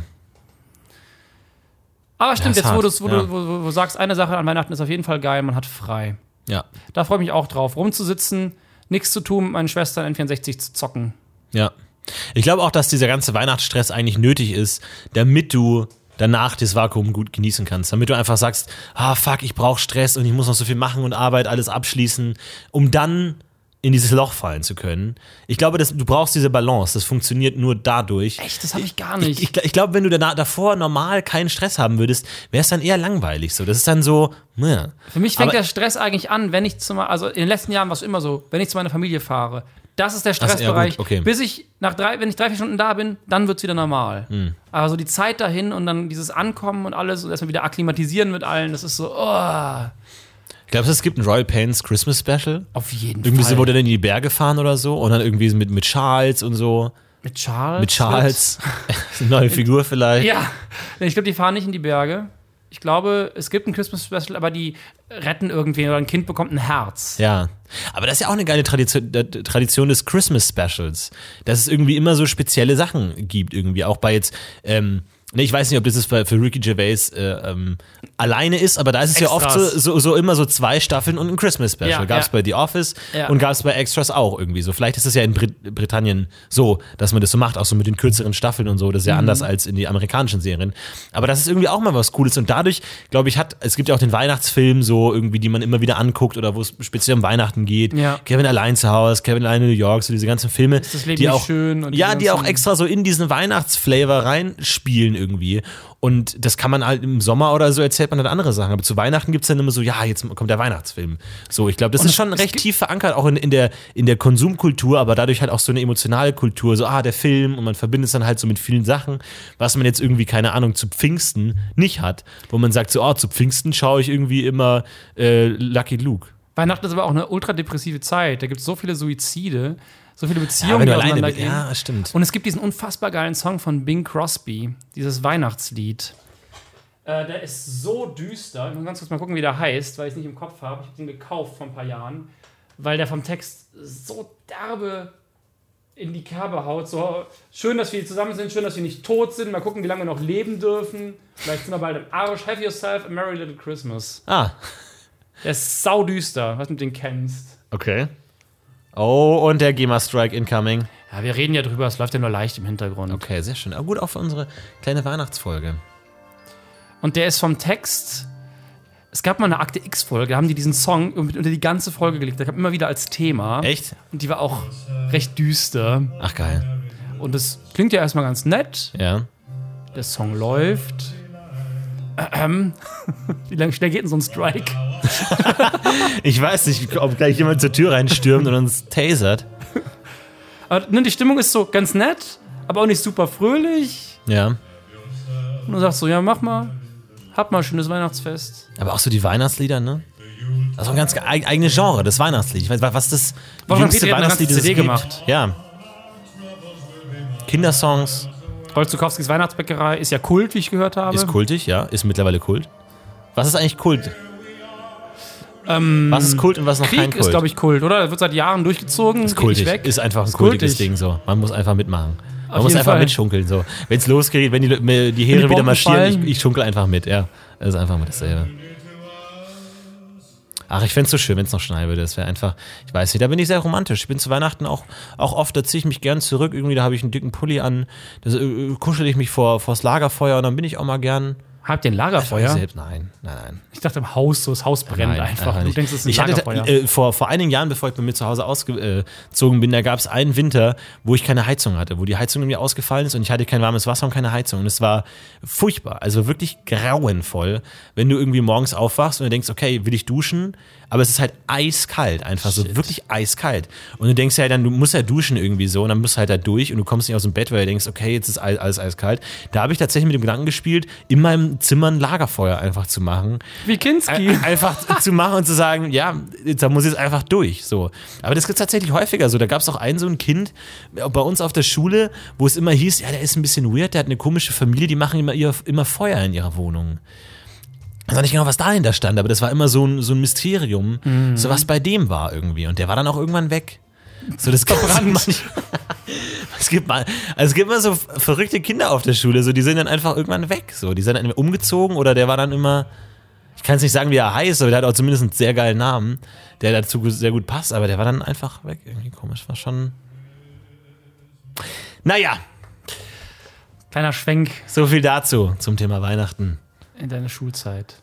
Aber stimmt, ja, jetzt wo, wo, ja. du wo, wo, wo sagst, eine Sache an Weihnachten ist auf jeden Fall geil, man hat frei. Ja. Da freue ich mich auch drauf, rumzusitzen, nichts zu tun, mit meinen Schwestern N vierundsechzig zu zocken. Ja. Ich glaube auch, dass dieser ganze Weihnachtsstress eigentlich nötig ist, damit du danach das Vakuum gut genießen kannst. Damit du einfach sagst, ah fuck, ich brauche Stress und ich muss noch so viel machen und Arbeit, alles abschließen, um dann in dieses Loch fallen zu können. Ich glaube, dass, du brauchst diese Balance. Das funktioniert nur dadurch. Echt? Das habe ich gar nicht. Ich, ich, ich glaube, wenn du da, davor normal keinen Stress haben würdest, wäre es dann eher langweilig so. Das ist dann so, ja. Für mich fängt Aber der Stress eigentlich an, wenn ich zu, also in den letzten Jahren war es immer so, wenn ich zu meiner Familie fahre. Das ist der Stressbereich. Also, ja, okay. Bis ich nach drei, wenn ich drei, vier Stunden da bin, dann wird es wieder normal. Hm. Aber so die Zeit dahin und dann dieses Ankommen und alles und erstmal wieder akklimatisieren mit allen, das ist so, oh. Glaubst du, es gibt ein Royal Pains Christmas Special? Auf jeden irgendwie Fall. So, wo der dann in die Berge fahren oder so und dann irgendwie mit, mit Charles und so. Mit Charles? Mit Charles. Eine neue Figur vielleicht. Ja. Ich glaube, die fahren nicht in die Berge. Ich glaube, es gibt ein Christmas Special, aber die retten irgendwen oder ein Kind bekommt ein Herz. Ja. Aber das ist ja auch eine geile Tradition, Tradition des Christmas Specials. Dass es irgendwie immer so spezielle Sachen gibt irgendwie. Auch bei jetzt, ähm, ne, ich weiß nicht, ob das für, für Ricky Gervais äh, ähm, alleine ist, aber da ist es Extras. Ja oft so, so, so immer so zwei Staffeln und ein Christmas Special. Ja, gab es ja. bei The Office ja. und gab es bei Extras auch irgendwie so. Vielleicht ist es ja in Brit- Britannien so, dass man das so macht, auch so mit den kürzeren Staffeln und so. Das ist ja mhm. anders als in die amerikanischen Serien. Aber das ist irgendwie auch mal was Cooles und dadurch, glaube ich, hat, es gibt ja auch den Weihnachtsfilm so irgendwie, die man immer wieder anguckt oder wo es speziell um Weihnachten geht. Ja. Kevin allein zu Hause, Kevin allein in New York, so diese ganzen Filme. Ist das Leben die auch, schön und die ja, die auch extra so in diesen Weihnachtsflavor reinspielen irgendwie. Und das kann man halt im Sommer oder so, erzählt man dann andere Sachen. Aber zu Weihnachten gibt es dann immer so, ja, jetzt kommt der Weihnachtsfilm. So, ich glaube, das und ist schon recht tief verankert, auch in, in, der, in der Konsumkultur, aber dadurch halt auch so eine emotionale Kultur. So, ah, der Film, und man verbindet es dann halt so mit vielen Sachen, was man jetzt irgendwie, keine Ahnung, zu Pfingsten nicht hat. Wo man sagt so, oh, zu Pfingsten schaue ich irgendwie immer äh, Lucky Luke. Weihnachten ist aber auch eine ultradepressive Zeit. Da gibt es so viele Suizide. So viele Ja, Beziehungen, wenn die du alleine bist. auseinandergehen. Ja, stimmt. Und es gibt diesen unfassbar geilen Song von Bing Crosby, dieses Weihnachtslied. Äh, der ist so düster. Ich muss ganz kurz mal gucken, wie der heißt, weil ich es nicht im Kopf habe. Ich habe den gekauft vor ein paar Jahren, weil der vom Text so derbe in die Kerbe haut. So schön, dass wir zusammen sind, schön, dass wir nicht tot sind. Mal gucken, wie lange wir noch leben dürfen. Vielleicht sind wir bald im Arsch. Have yourself a merry little Christmas. Ah. Der ist saudüster, was du den kennst. Okay. Oh, und der GEMA-Strike incoming. Ja, wir reden ja drüber, es läuft ja nur leicht im Hintergrund. Okay, sehr schön. Aber gut, auch für unsere kleine Weihnachtsfolge. Und der ist vom Text. Es gab mal eine Akte X-Folge, da haben die diesen Song unter die ganze Folge gelegt. Der kam immer wieder als Thema. Echt? Und die war auch recht düster. Ach, geil. Und das klingt ja erstmal ganz nett. Ja. Der Song läuft. Ähm. Wie lange schnell geht denn so ein Strike? Ich weiß nicht, ob gleich jemand zur Tür reinstürmt und uns tasert. Aber ne, die Stimmung ist so ganz nett, aber auch nicht super fröhlich. Ja. Und du sagst so, ja, mach mal, hab mal ein schönes Weihnachtsfest. Aber auch so die Weihnachtslieder, ne? Das ist auch ein ganz eig- eigenes Genre, das Weihnachtslied. Ich weiß, was das jüngste Weihnachtslied ist, C D es gibt. gemacht. Ja. Kindersongs. Rolf Zukowskis Weihnachtsbäckerei ist ja Kult, wie ich gehört habe. Ist kultig, ja. Ist mittlerweile Kult. Was ist eigentlich Kult? Ähm, was ist Kult und was ist noch Krieg kein Kult? ist, glaube ich, Kult, oder? Das wird seit Jahren durchgezogen. Ist geht nicht kultig. weg. Ist einfach ein Ist kultiges kultig. Ding so. Man muss einfach mitmachen. Man Auf muss jeden einfach Fall. mitschunkeln so. Wenn es losgeht, wenn die, die, die Heere Wenn die wieder Bomben marschieren, ich, fallen. ich schunkel einfach mit, ja. Das ist einfach mal dasselbe. Ach, ich fände es so schön, wenn es noch schneien würde. Das wäre einfach, ich weiß nicht, da bin ich sehr romantisch. Ich bin zu Weihnachten auch, auch oft, da ziehe ich mich gern zurück. Irgendwie, da habe ich einen dicken Pulli an, da äh, kuschel ich mich vor vors Lagerfeuer und dann bin ich auch mal gern. Habt ihr ein Lagerfeuer? Selbst, nein, nein, nein. Ich dachte im Haus, so das Haus brennt Nein, einfach. einfach Du nicht. denkst, es ist ein ich hatte, Lagerfeuer. äh, vor, vor einigen Jahren, bevor ich bei mir zu Hause ausgezogen bin, da gab es einen Winter, wo ich keine Heizung hatte, wo die Heizung mir ausgefallen ist und ich hatte kein warmes Wasser und keine Heizung. Und es war furchtbar, also wirklich grauenvoll, wenn du irgendwie morgens aufwachst und du denkst, okay, will ich duschen? Aber es ist halt eiskalt, einfach so, wirklich eiskalt. Und du denkst ja dann, du musst ja duschen irgendwie so und dann musst du halt da durch und du kommst nicht aus dem Bett, weil du denkst, okay, jetzt ist alles, alles eiskalt. Da habe ich tatsächlich mit dem Gedanken gespielt, in meinem Zimmer ein Lagerfeuer einfach zu machen. Wie Kinski. Ein- Einfach zu machen und zu sagen, ja, da muss ich jetzt einfach durch. So. Aber das gibt es tatsächlich häufiger so. Da gab es auch einen so ein Kind bei uns auf der Schule, wo es immer hieß, ja, der ist ein bisschen weird, der hat eine komische Familie, die machen immer, ihr, immer Feuer in ihrer Wohnung. Ich weiß auch nicht genau, was dahinter stand, aber das war immer so ein, so ein Mysterium, Mhm. so was bei dem war irgendwie. Und der war dann auch irgendwann weg. So, das gab's manchmal. Es gibt mal, also es gibt immer so verrückte Kinder auf der Schule, so die sind dann einfach irgendwann weg. So, die sind dann umgezogen oder der war dann immer, ich kann jetzt nicht sagen, wie er heißt, aber der hat auch zumindest einen sehr geilen Namen, der dazu sehr gut passt, aber der war dann einfach weg. Irgendwie komisch, war schon. Naja, Kleiner Schwenk so viel dazu zum Thema Weihnachten. in deine Schulzeit.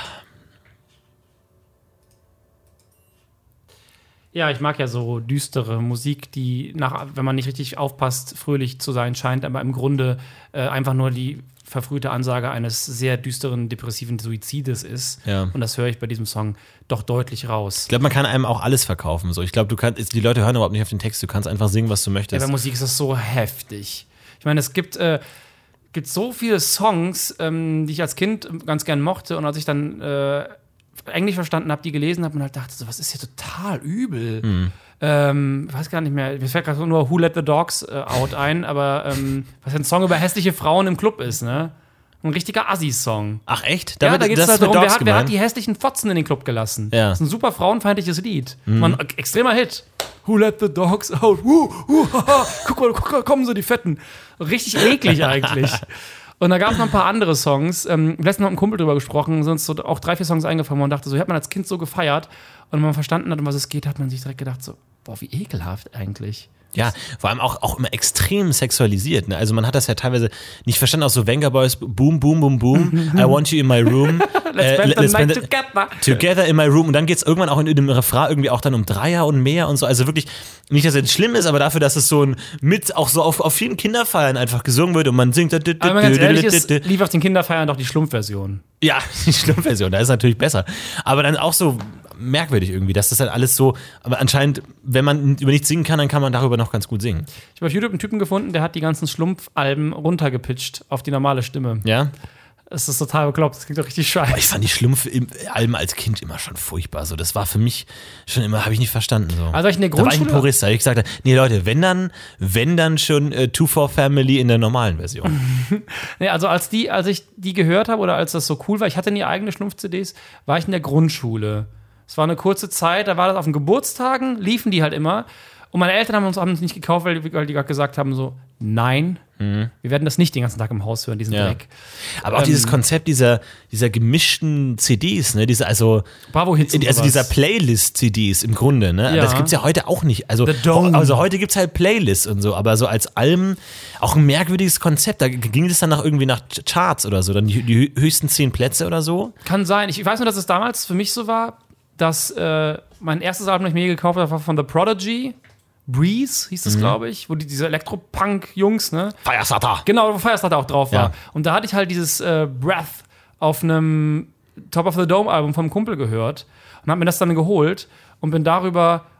Ja, ich mag ja so düstere Musik, die, nach, wenn man nicht richtig aufpasst, fröhlich zu sein scheint, aber im Grunde äh, einfach nur die verfrühte Ansage eines sehr düsteren, depressiven Suizides ist. Ja. Und das höre ich bei diesem Song doch deutlich raus. Ich glaube, man kann einem auch alles verkaufen. So. Ich glaube, du kannst, die Leute hören überhaupt nicht auf den Text, du kannst einfach singen, was du Ja, möchtest. bei Musik ist das so heftig. Ich meine, es gibt, äh, gibt so viele Songs, ähm, die ich als Kind ganz gern mochte und als ich dann äh, Englisch verstanden habe, die gelesen habe und halt dachte, so, was ist hier total übel. Hm. Ähm, weiß gar nicht mehr, mir fällt gerade nur Who Let the Dogs äh, Out ein, aber ähm, was ein Song über hässliche Frauen im Club ist, ne? Ein richtiger Assi-Song. Ach echt? Ja, Damit, da geht es das halt ist mit darum, wer Dogs hat, wer hat gemeint? die hässlichen Fotzen in den Club gelassen. Ja. Das ist ein super frauenfeindliches Lied. War ein extremer Hit. Who let the dogs out? Uh, uh, haha. Guck mal, guck mal, kommen so die Fetten. Richtig eklig eigentlich. Und da gab es noch ein paar andere Songs. Ähm, letztens noch mit einem Kumpel drüber gesprochen, sind uns so auch drei, vier Songs eingefallen und dachte so, hat man als Kind so gefeiert und wenn man verstanden hat, um was es geht, hat man sich direkt gedacht so, boah, wie ekelhaft eigentlich. Ja, vor allem auch, auch immer extrem sexualisiert. Ne? Also man hat das ja teilweise nicht verstanden, auch so Venga Boys, boom, boom, boom, boom, I want you in my room. Let's spend äh, the night the- together. Together in my room. Und dann geht's irgendwann auch in, in dem Refrain irgendwie auch dann um Dreier und mehr und so. Also wirklich, nicht, dass es schlimm ist, aber dafür, dass es so ein, mit auch so auf, auf vielen Kinderfeiern einfach gesungen wird und man singt. Aber wenn man ganz ehrlich ist, lief auf den Kinderfeiern doch die Schlumpfversion. Ja, die Schlumpfversion, da ist natürlich besser. Aber dann auch so merkwürdig irgendwie, dass das halt alles so, aber anscheinend, wenn man über nichts singen kann, dann kann man darüber noch ganz gut singen. Ich habe auf YouTube einen Typen gefunden, der hat die ganzen Schlumpfalben runtergepitcht auf die normale Stimme. Ja? Das ist total bekloppt, das klingt doch richtig scheiße. Ich fand die Schlumpf-Alben als Kind immer schon furchtbar. So, das war für mich schon immer, habe ich nicht verstanden. So. Also ich in der Da war ich ein Grundschule, Purist, da hab ich gesagt, nee Leute, wenn dann, wenn dann schon äh, Two for Family in der normalen Version. nee, also als die, als ich die gehört habe oder als das so cool war, ich hatte nie eigene Schlumpf-C Ds, war ich in der Grundschule. Es war eine kurze Zeit, da war das auf den Geburtstagen, liefen die halt immer. Und meine Eltern haben uns haben uns nicht gekauft, weil die, weil die gerade gesagt haben so, nein, wir werden das nicht den ganzen Tag im Haus hören, diesen Ja. Dreck. Aber auch Ähm, dieses Konzept dieser, dieser gemischten C Ds, ne, diese, also, Bravo-Hits und also sowas. dieser Playlist-C Ds im Grunde, ne? Ja. Das gibt's ja heute auch nicht. Also, The Dome. also heute gibt's halt Playlists und so, aber so als Alben auch ein merkwürdiges Konzept. Da ging es dann nach irgendwie nach Charts oder so, dann die, die höchsten zehn Plätze oder so. Kann sein. Ich weiß nur, dass es damals für mich so war, dass äh, mein erstes Album, das ich mir gekauft habe, war von The Prodigy. Breeze hieß das, glaube ich, wo die, diese Elektropunk-Jungs, ne? Firestarter. Genau, wo Firestarter auch drauf war. Ja. Und da hatte ich halt dieses äh, Breath auf einem Top of the Dome Album vom Kumpel gehört und habe mir das dann geholt und bin darüber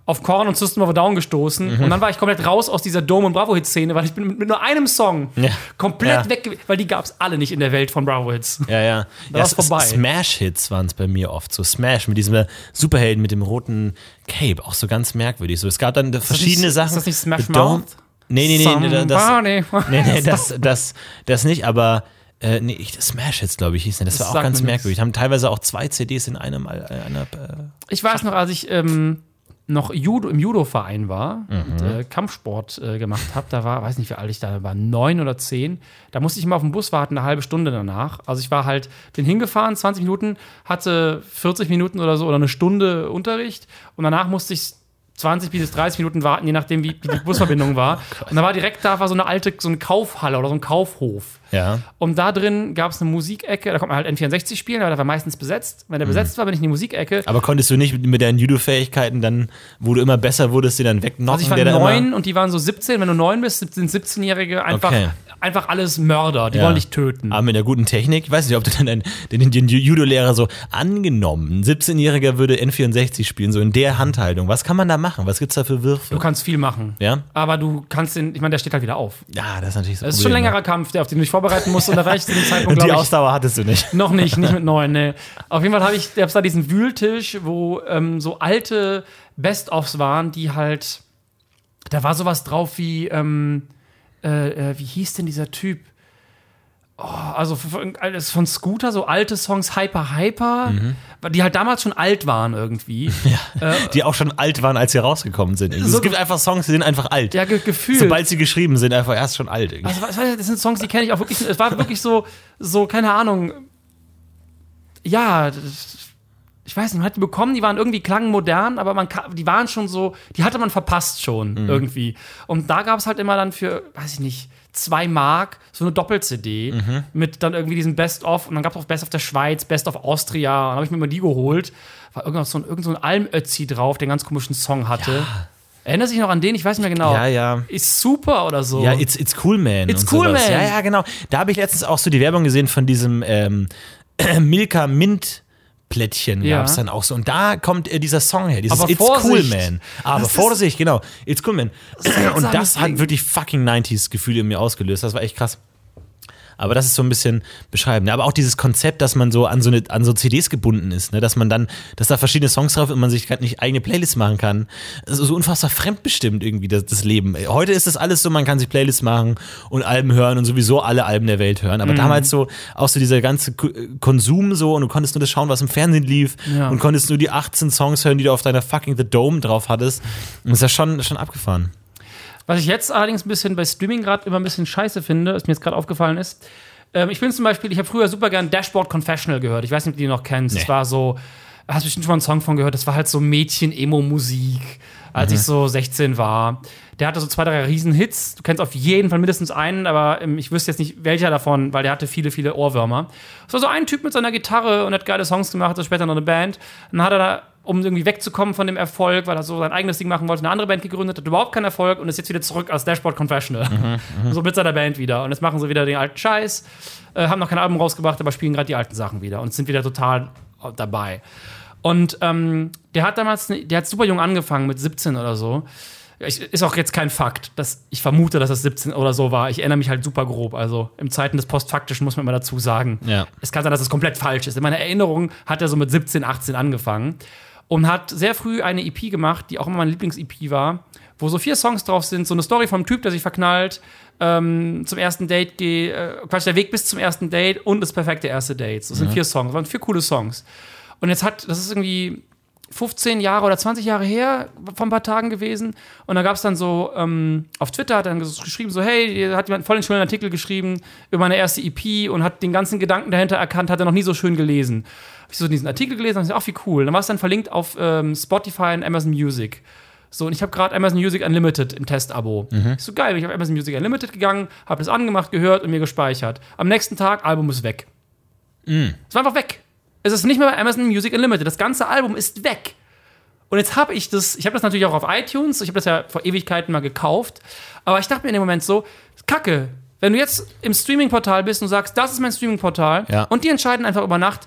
auf Korn und System of a Down gestoßen. Mhm. Und dann war ich komplett raus aus dieser Dome- und Bravo-Hit-Szene, weil ich bin mit, mit nur einem Song ja. komplett ja. weg gewesen, weil die gab es alle nicht in der Welt von Bravo-Hits. Ja, ja. Da ja, war's vorbei. Smash-Hits waren es bei mir oft so. Smash mit diesem Superhelden mit dem roten Cape, auch so ganz merkwürdig. So, es gab dann verschiedene nicht, Sachen. Ist das nicht Smash The Mouth? Nee, nee, nee, nee, das, Somebody. nee, nee das, das, das nicht, aber äh, nee, Smash-Hits, glaube ich, hieß das. Das, das war auch ganz merkwürdig. Haben teilweise auch zwei C Ds in einem. Äh, einer, äh, ich weiß noch, als ich ähm, noch Judo, im Judo-Verein war mhm. und äh, Kampfsport äh, gemacht habe, da war, weiß nicht, wie alt ich da war, neun oder zehn, da musste ich immer auf den Bus warten, eine halbe Stunde danach. Also ich war halt, bin hingefahren, zwanzig Minuten, hatte vierzig Minuten oder so oder eine Stunde Unterricht und danach musste ich zwanzig bis dreißig Minuten warten, je nachdem, wie, wie die Busverbindung war. Oh und da war direkt da war so eine alte, so eine Kaufhalle oder so ein Kaufhof. Ja. Und da drin gab es eine Musikecke, da konnte man halt N vierundsechzig spielen, aber der war meistens besetzt. Wenn der mhm. besetzt war, bin ich in die Musikecke. Aber konntest du nicht mit deinen Judo-Fähigkeiten dann, wo du immer besser wurdest, die dann wegknocken? Also ich war der neun und die waren so siebzehn. Wenn du neun bist, sind siebzehnjährige einfach, okay. einfach alles Mörder. Die ja. wollen dich töten. Aber mit einer guten Technik, ich weiß nicht, ob du dann den, den, den Judo-Lehrer so angenommen, ein siebzehnjähriger würde N vierundsechzig spielen, so in der Handhaltung. Was kann man da machen? Was gibt's da für Würfe? Du kannst viel machen. Ja? Aber du kannst den, ich meine, der steht halt wieder auf. Ja, das ist natürlich so. Das ist schon ein längerer Kampf, der, auf den du dich vorbereiten musst. Und da war ich zu dem Zeitpunkt, die ich, Ausdauer hattest du nicht. Noch nicht, nicht mit neun, ne. Auf jeden Fall habe ich gab's da diesen Wühltisch, wo ähm, so alte Best-ofs waren, die halt, da war sowas drauf wie, ähm, äh, äh, wie hieß denn dieser Typ? Oh, also alles von Scooter, so alte Songs, Hyper Hyper, mhm. die halt damals schon alt waren irgendwie. Ja, äh, die auch schon alt waren, als sie rausgekommen sind. So, es gibt einfach Songs, die sind einfach alt. Ja, ge gefühlt. Sobald sie geschrieben sind, einfach erst schon alt. Irgendwie. Also, das sind Songs, die kenne ich auch wirklich, es war wirklich so, so, keine Ahnung, ja, ich weiß nicht, man hat die bekommen, die waren irgendwie klangen modern, aber man die waren schon so, die hatte man verpasst schon mhm. irgendwie. Und da gab es halt immer dann für, weiß ich nicht, zwei Mark so eine Doppel-C D mhm. mit dann irgendwie diesem Best-of und dann gab es auch Best-of der Schweiz, Best-of Austria und dann habe ich mir mal die geholt. War irgend so ein, irgend so ein Alm-Ötzi drauf, der einen ganz komischen Song hatte. Ja. Erinnerst du dich noch an den? Ich weiß nicht mehr genau. Ja, ja. Ist super oder so. Ja, It's, it's Cool Man. It's und Cool sowas. Man. Ja, ja, genau. Da habe ich letztens auch so die Werbung gesehen von diesem ähm, Milka Mint Plättchen ja. gab es dann auch so. Und da kommt äh, dieser Song her, dieses Aber It's Vorsicht. Cool Man. Aber das Vorsicht, genau. It's Cool Man. Und das hat wirklich fucking neunziger-Gefühle in mir ausgelöst. Das war echt krass. Aber das ist so ein bisschen beschreibend. Aber auch dieses Konzept, dass man so an so, eine, an so C Ds gebunden ist, ne? Dass man dann, dass da verschiedene Songs drauf und man sich gerade nicht eigene Playlists machen kann. Also so unfassbar fremdbestimmt irgendwie das, das Leben. Heute ist das alles so, man kann sich Playlists machen und Alben hören und sowieso alle Alben der Welt hören. Aber mhm. damals so, auch so dieser ganze Konsum so und du konntest nur das schauen, was im Fernsehen lief ja. und konntest nur die achtzehn Songs hören, die du auf deiner fucking The Dome drauf hattest. Und das ist ja schon, schon abgefahren. Was ich jetzt allerdings ein bisschen bei Streaming gerade immer ein bisschen scheiße finde, was mir jetzt gerade aufgefallen ist, ähm, ich bin zum Beispiel, ich habe früher super gern Dashboard Confessional gehört. Ich weiß nicht, ob du die noch kennst. Nee. Das war so, hast du bestimmt schon mal einen Song von gehört, das war halt so Mädchen-Emo-Musik, als mhm. ich so sechzehn war. Der hatte so zwei, drei Riesenhits. Du kennst auf jeden Fall mindestens einen, aber ähm, ich wüsste jetzt nicht, welcher davon, weil der hatte viele, viele Ohrwürmer. Es war so ein Typ mit seiner Gitarre und hat geile Songs gemacht, hatte später noch eine Band. Und dann hat er da, um irgendwie wegzukommen von dem Erfolg, weil er so sein eigenes Ding machen wollte, eine andere Band gegründet, hat überhaupt keinen Erfolg und ist jetzt wieder zurück als Dashboard Confessional. Mhm, so mit seiner Band wieder. Und jetzt machen sie wieder den alten Scheiß, äh, haben noch kein Album rausgebracht, aber spielen gerade die alten Sachen wieder und sind wieder total dabei. Und ähm, der hat damals, der hat super jung angefangen, mit siebzehn oder so. Ich, ist auch jetzt kein Fakt. Dass ich vermute, dass das siebzehn oder so war. Ich erinnere mich halt super grob. Also in Zeiten des Postfaktischen muss man immer dazu sagen. Ja. Es kann sein, dass es komplett falsch ist. In meiner Erinnerung hat er so mit siebzehn, achtzehn angefangen und hat sehr früh eine E P gemacht, die auch immer meine Lieblings-E P war, wo so vier Songs drauf sind. So eine Story vom Typ, der sich verknallt, ähm, zum ersten Date geht, äh, Quatsch, der Weg bis zum ersten Date und das perfekte erste Date. Das sind mhm. vier Songs. Das waren vier coole Songs. Und jetzt hat, das ist irgendwie fünfzehn Jahre oder zwanzig Jahre her, vor ein paar Tagen gewesen. Und da gab es dann so, ähm, auf Twitter hat er dann geschrieben, so, hey, hat jemand voll den schönen Artikel geschrieben über meine erste E P und hat den ganzen Gedanken dahinter erkannt, hat er noch nie so schön gelesen. Hab ich so diesen Artikel gelesen und ich dachte, ach, wie cool. Dann war es dann verlinkt auf ähm, Spotify und Amazon Music. So, und ich habe gerade Amazon Music Unlimited im Testabo. Mhm. Ich so, geil, ich habe Amazon Music Unlimited gegangen, habe das angemacht, gehört und mir gespeichert. Am nächsten Tag, Album ist weg. Mhm. Es war einfach weg. Es ist nicht mehr bei Amazon Music Unlimited. Das ganze Album ist weg. Und jetzt habe ich das, ich habe das natürlich auch auf iTunes, ich habe das ja vor Ewigkeiten mal gekauft, aber ich dachte mir in dem Moment so, Kacke, wenn du jetzt im Streaming-Portal bist und sagst, das ist mein Streaming-Portal ja. und die entscheiden einfach über Nacht,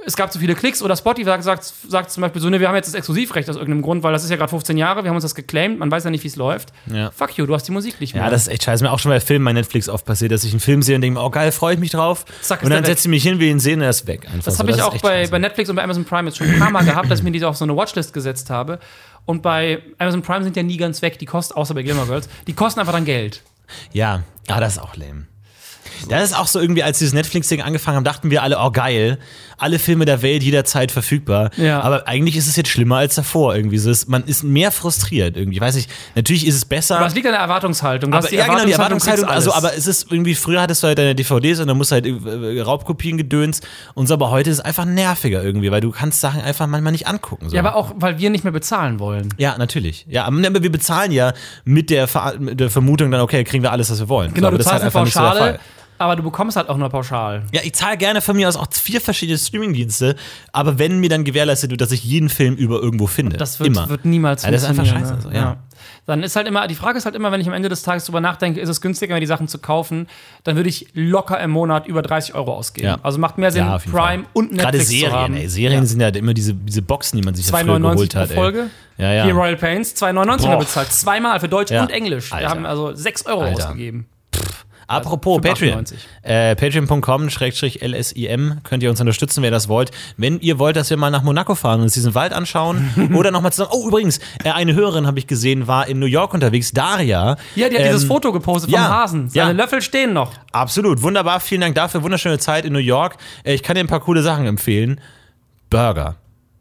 es gab zu viele Klicks oder Spotify sagt, sagt, sagt zum Beispiel so, ne, wir haben jetzt das Exklusivrecht aus irgendeinem Grund, weil das ist ja gerade fünfzehn Jahre, wir haben uns das geclaimed, man weiß ja nicht, wie es läuft. Ja. Fuck you, du hast die Musik nicht mehr. Ja, das ist echt scheiße. Mir auch schon bei Filmen bei Netflix oft passiert, dass ich einen Film sehe und denke mir, oh geil, freue ich mich drauf. Zack, ist und dann der weg. setze ich mich hin, will ihn sehen und er ist weg. Einfach Das so. habe ich ist auch echt bei, scheiße. bei Netflix und bei Amazon Prime jetzt schon ein paar Mal gehabt, dass ich mir diese auf so eine Watchlist gesetzt habe. Und bei Amazon Prime sind ja nie ganz weg, die kosten, außer bei Gilmore Girls, die kosten einfach dann Geld. Ja, ah, das ist auch lame. Das ist auch so irgendwie, als dieses Netflix-Ding angefangen haben, dachten wir alle, oh geil, alle Filme der Welt jederzeit verfügbar. Ja. Aber eigentlich ist es jetzt schlimmer als davor irgendwie. So ist, man ist mehr frustriert irgendwie. Ich weiß nicht, natürlich ist es besser. Aber es liegt an der Erwartungshaltung. Du Aber, hast die ja, genau, die Erwartungshaltung, Erwartungshaltung. Also, aber es ist irgendwie, früher hattest du halt deine D V Ds und dann musst du halt äh, Raubkopien gedöns und so, aber heute ist es einfach nerviger irgendwie, weil du kannst Sachen einfach manchmal nicht angucken. So. Ja, aber auch, weil wir nicht mehr bezahlen wollen. Ja, natürlich. Ja, aber wir bezahlen ja mit der, Ver mit der Vermutung dann, okay, kriegen wir alles, was wir wollen. Genau, so, aber du das ist zahlst halt eine einfach nicht so der Pauschale, Fall. aber du bekommst halt auch nur pauschal. Ja, ich zahle gerne von mir aus auch vier verschiedene Streamingdienste, aber wenn mir dann gewährleistet wird, dass ich jeden Film über irgendwo finde. Das wird, immer. wird niemals Ja, das ist einfach funktionieren, scheiße. ne? Also, ja. Dann ist halt immer, die Frage ist halt immer, wenn ich am Ende des Tages drüber nachdenke, ist es günstiger, mir die Sachen zu kaufen, dann würde ich locker im Monat über dreißig Euro ausgeben. Ja. Also macht mehr Sinn, Ja, auf jeden Prime Fall. und Netflix Gerade zu Serien, haben. ey. Serien Ja. sind ja immer diese, diese Boxen, die man sich ja zwei früher neunundneunzig geholt hat. pro Folge. Ey. Ja, ja. Hier Royal Pains, zwei neunundneunzig haben wir Boah. bezahlt. Zweimal für Deutsch Ja. und Englisch. Wir Alter. haben also sechs Euro Alter. ausgegeben. Apropos Also Patreon. fünf achtundneunzig. Äh, Patreon punkt com Schrägstrich L S I M könnt ihr uns unterstützen, wenn ihr das wollt. Wenn ihr wollt, dass wir mal nach Monaco fahren und uns diesen Wald anschauen oder nochmal zusammen. Oh, übrigens, äh, eine Hörerin habe ich gesehen, war in New York unterwegs, Daria. Ja, die hat Ähm, dieses Foto gepostet vom ja, Hasen. Seine ja. Löffel stehen noch. Absolut, wunderbar. Vielen Dank dafür. Wunderschöne Zeit in New York. Äh, ich kann dir ein paar coole Sachen empfehlen. Burger.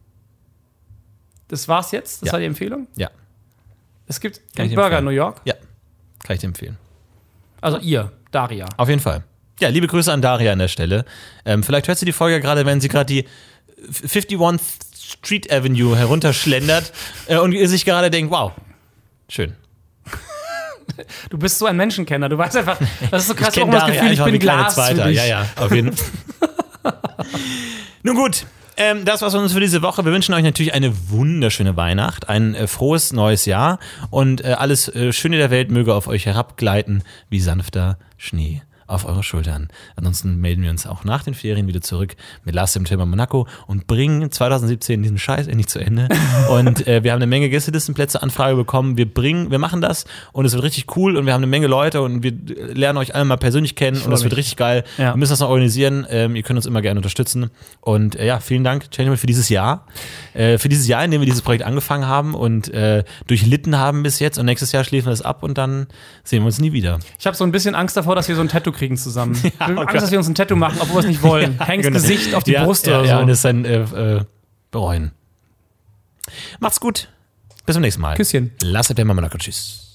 Das war's jetzt? Das Ja. war die Empfehlung? Ja, Es gibt Kann einen ich Burger empfehlen. in New York. ja, kann ich dir empfehlen. Also ihr, Daria. Auf jeden Fall. Ja, liebe Grüße an Daria an der Stelle. Ähm, vielleicht hört sie die Folge gerade, wenn sie gerade die fifty-first Street Avenue herunterschlendert äh, und ihr sich gerade denkt, wow, schön. Du bist so ein Menschenkenner. Du weißt einfach, das ist so krass, Ich kenn warum das Daria Gefühl, ich einfach bin wie keine Glas für Zweiter. dich. Ja, ja, auf jeden Fall. Nun gut. Ähm, das war's von uns für diese Woche. Wir wünschen euch natürlich eine wunderschöne Weihnacht, ein äh, frohes neues Jahr und äh, alles äh, Schöne der Welt möge auf euch herabgleiten wie sanfter Schnee auf eure Schultern. Ansonsten melden wir uns auch nach den Ferien wieder zurück mit Last September Monaco und bringen zwanzig siebzehn diesen Scheiß endlich zu Ende. Und äh, wir haben eine Menge Gästelistenplätze Anfrage bekommen. Wir bringen, wir machen das und es wird richtig cool und wir haben eine Menge Leute und wir lernen euch alle mal persönlich kennen und das wird richtig geil. Ja. Wir müssen das noch organisieren. Ähm, ihr könnt uns immer gerne unterstützen. Und äh, ja, vielen Dank, Gentlemen, für dieses Jahr. Äh, für dieses Jahr, in dem wir dieses Projekt angefangen haben und äh, durchlitten haben bis jetzt. Und nächstes Jahr schließen wir das ab und dann sehen wir uns nie wieder. Ich habe so ein bisschen Angst davor, dass wir so ein Tattoo kriegen zusammen. Ich habe oh Angst, Gott. dass wir uns ein Tattoo machen, obwohl wir es nicht wollen. Hanks genau. Gesicht auf die ja, Brust ja, oder ja, so. und das ist dann äh, äh, bereuen. Macht's gut. Bis zum nächsten Mal. Küsschen. Lasst es, wenn man Tschüss.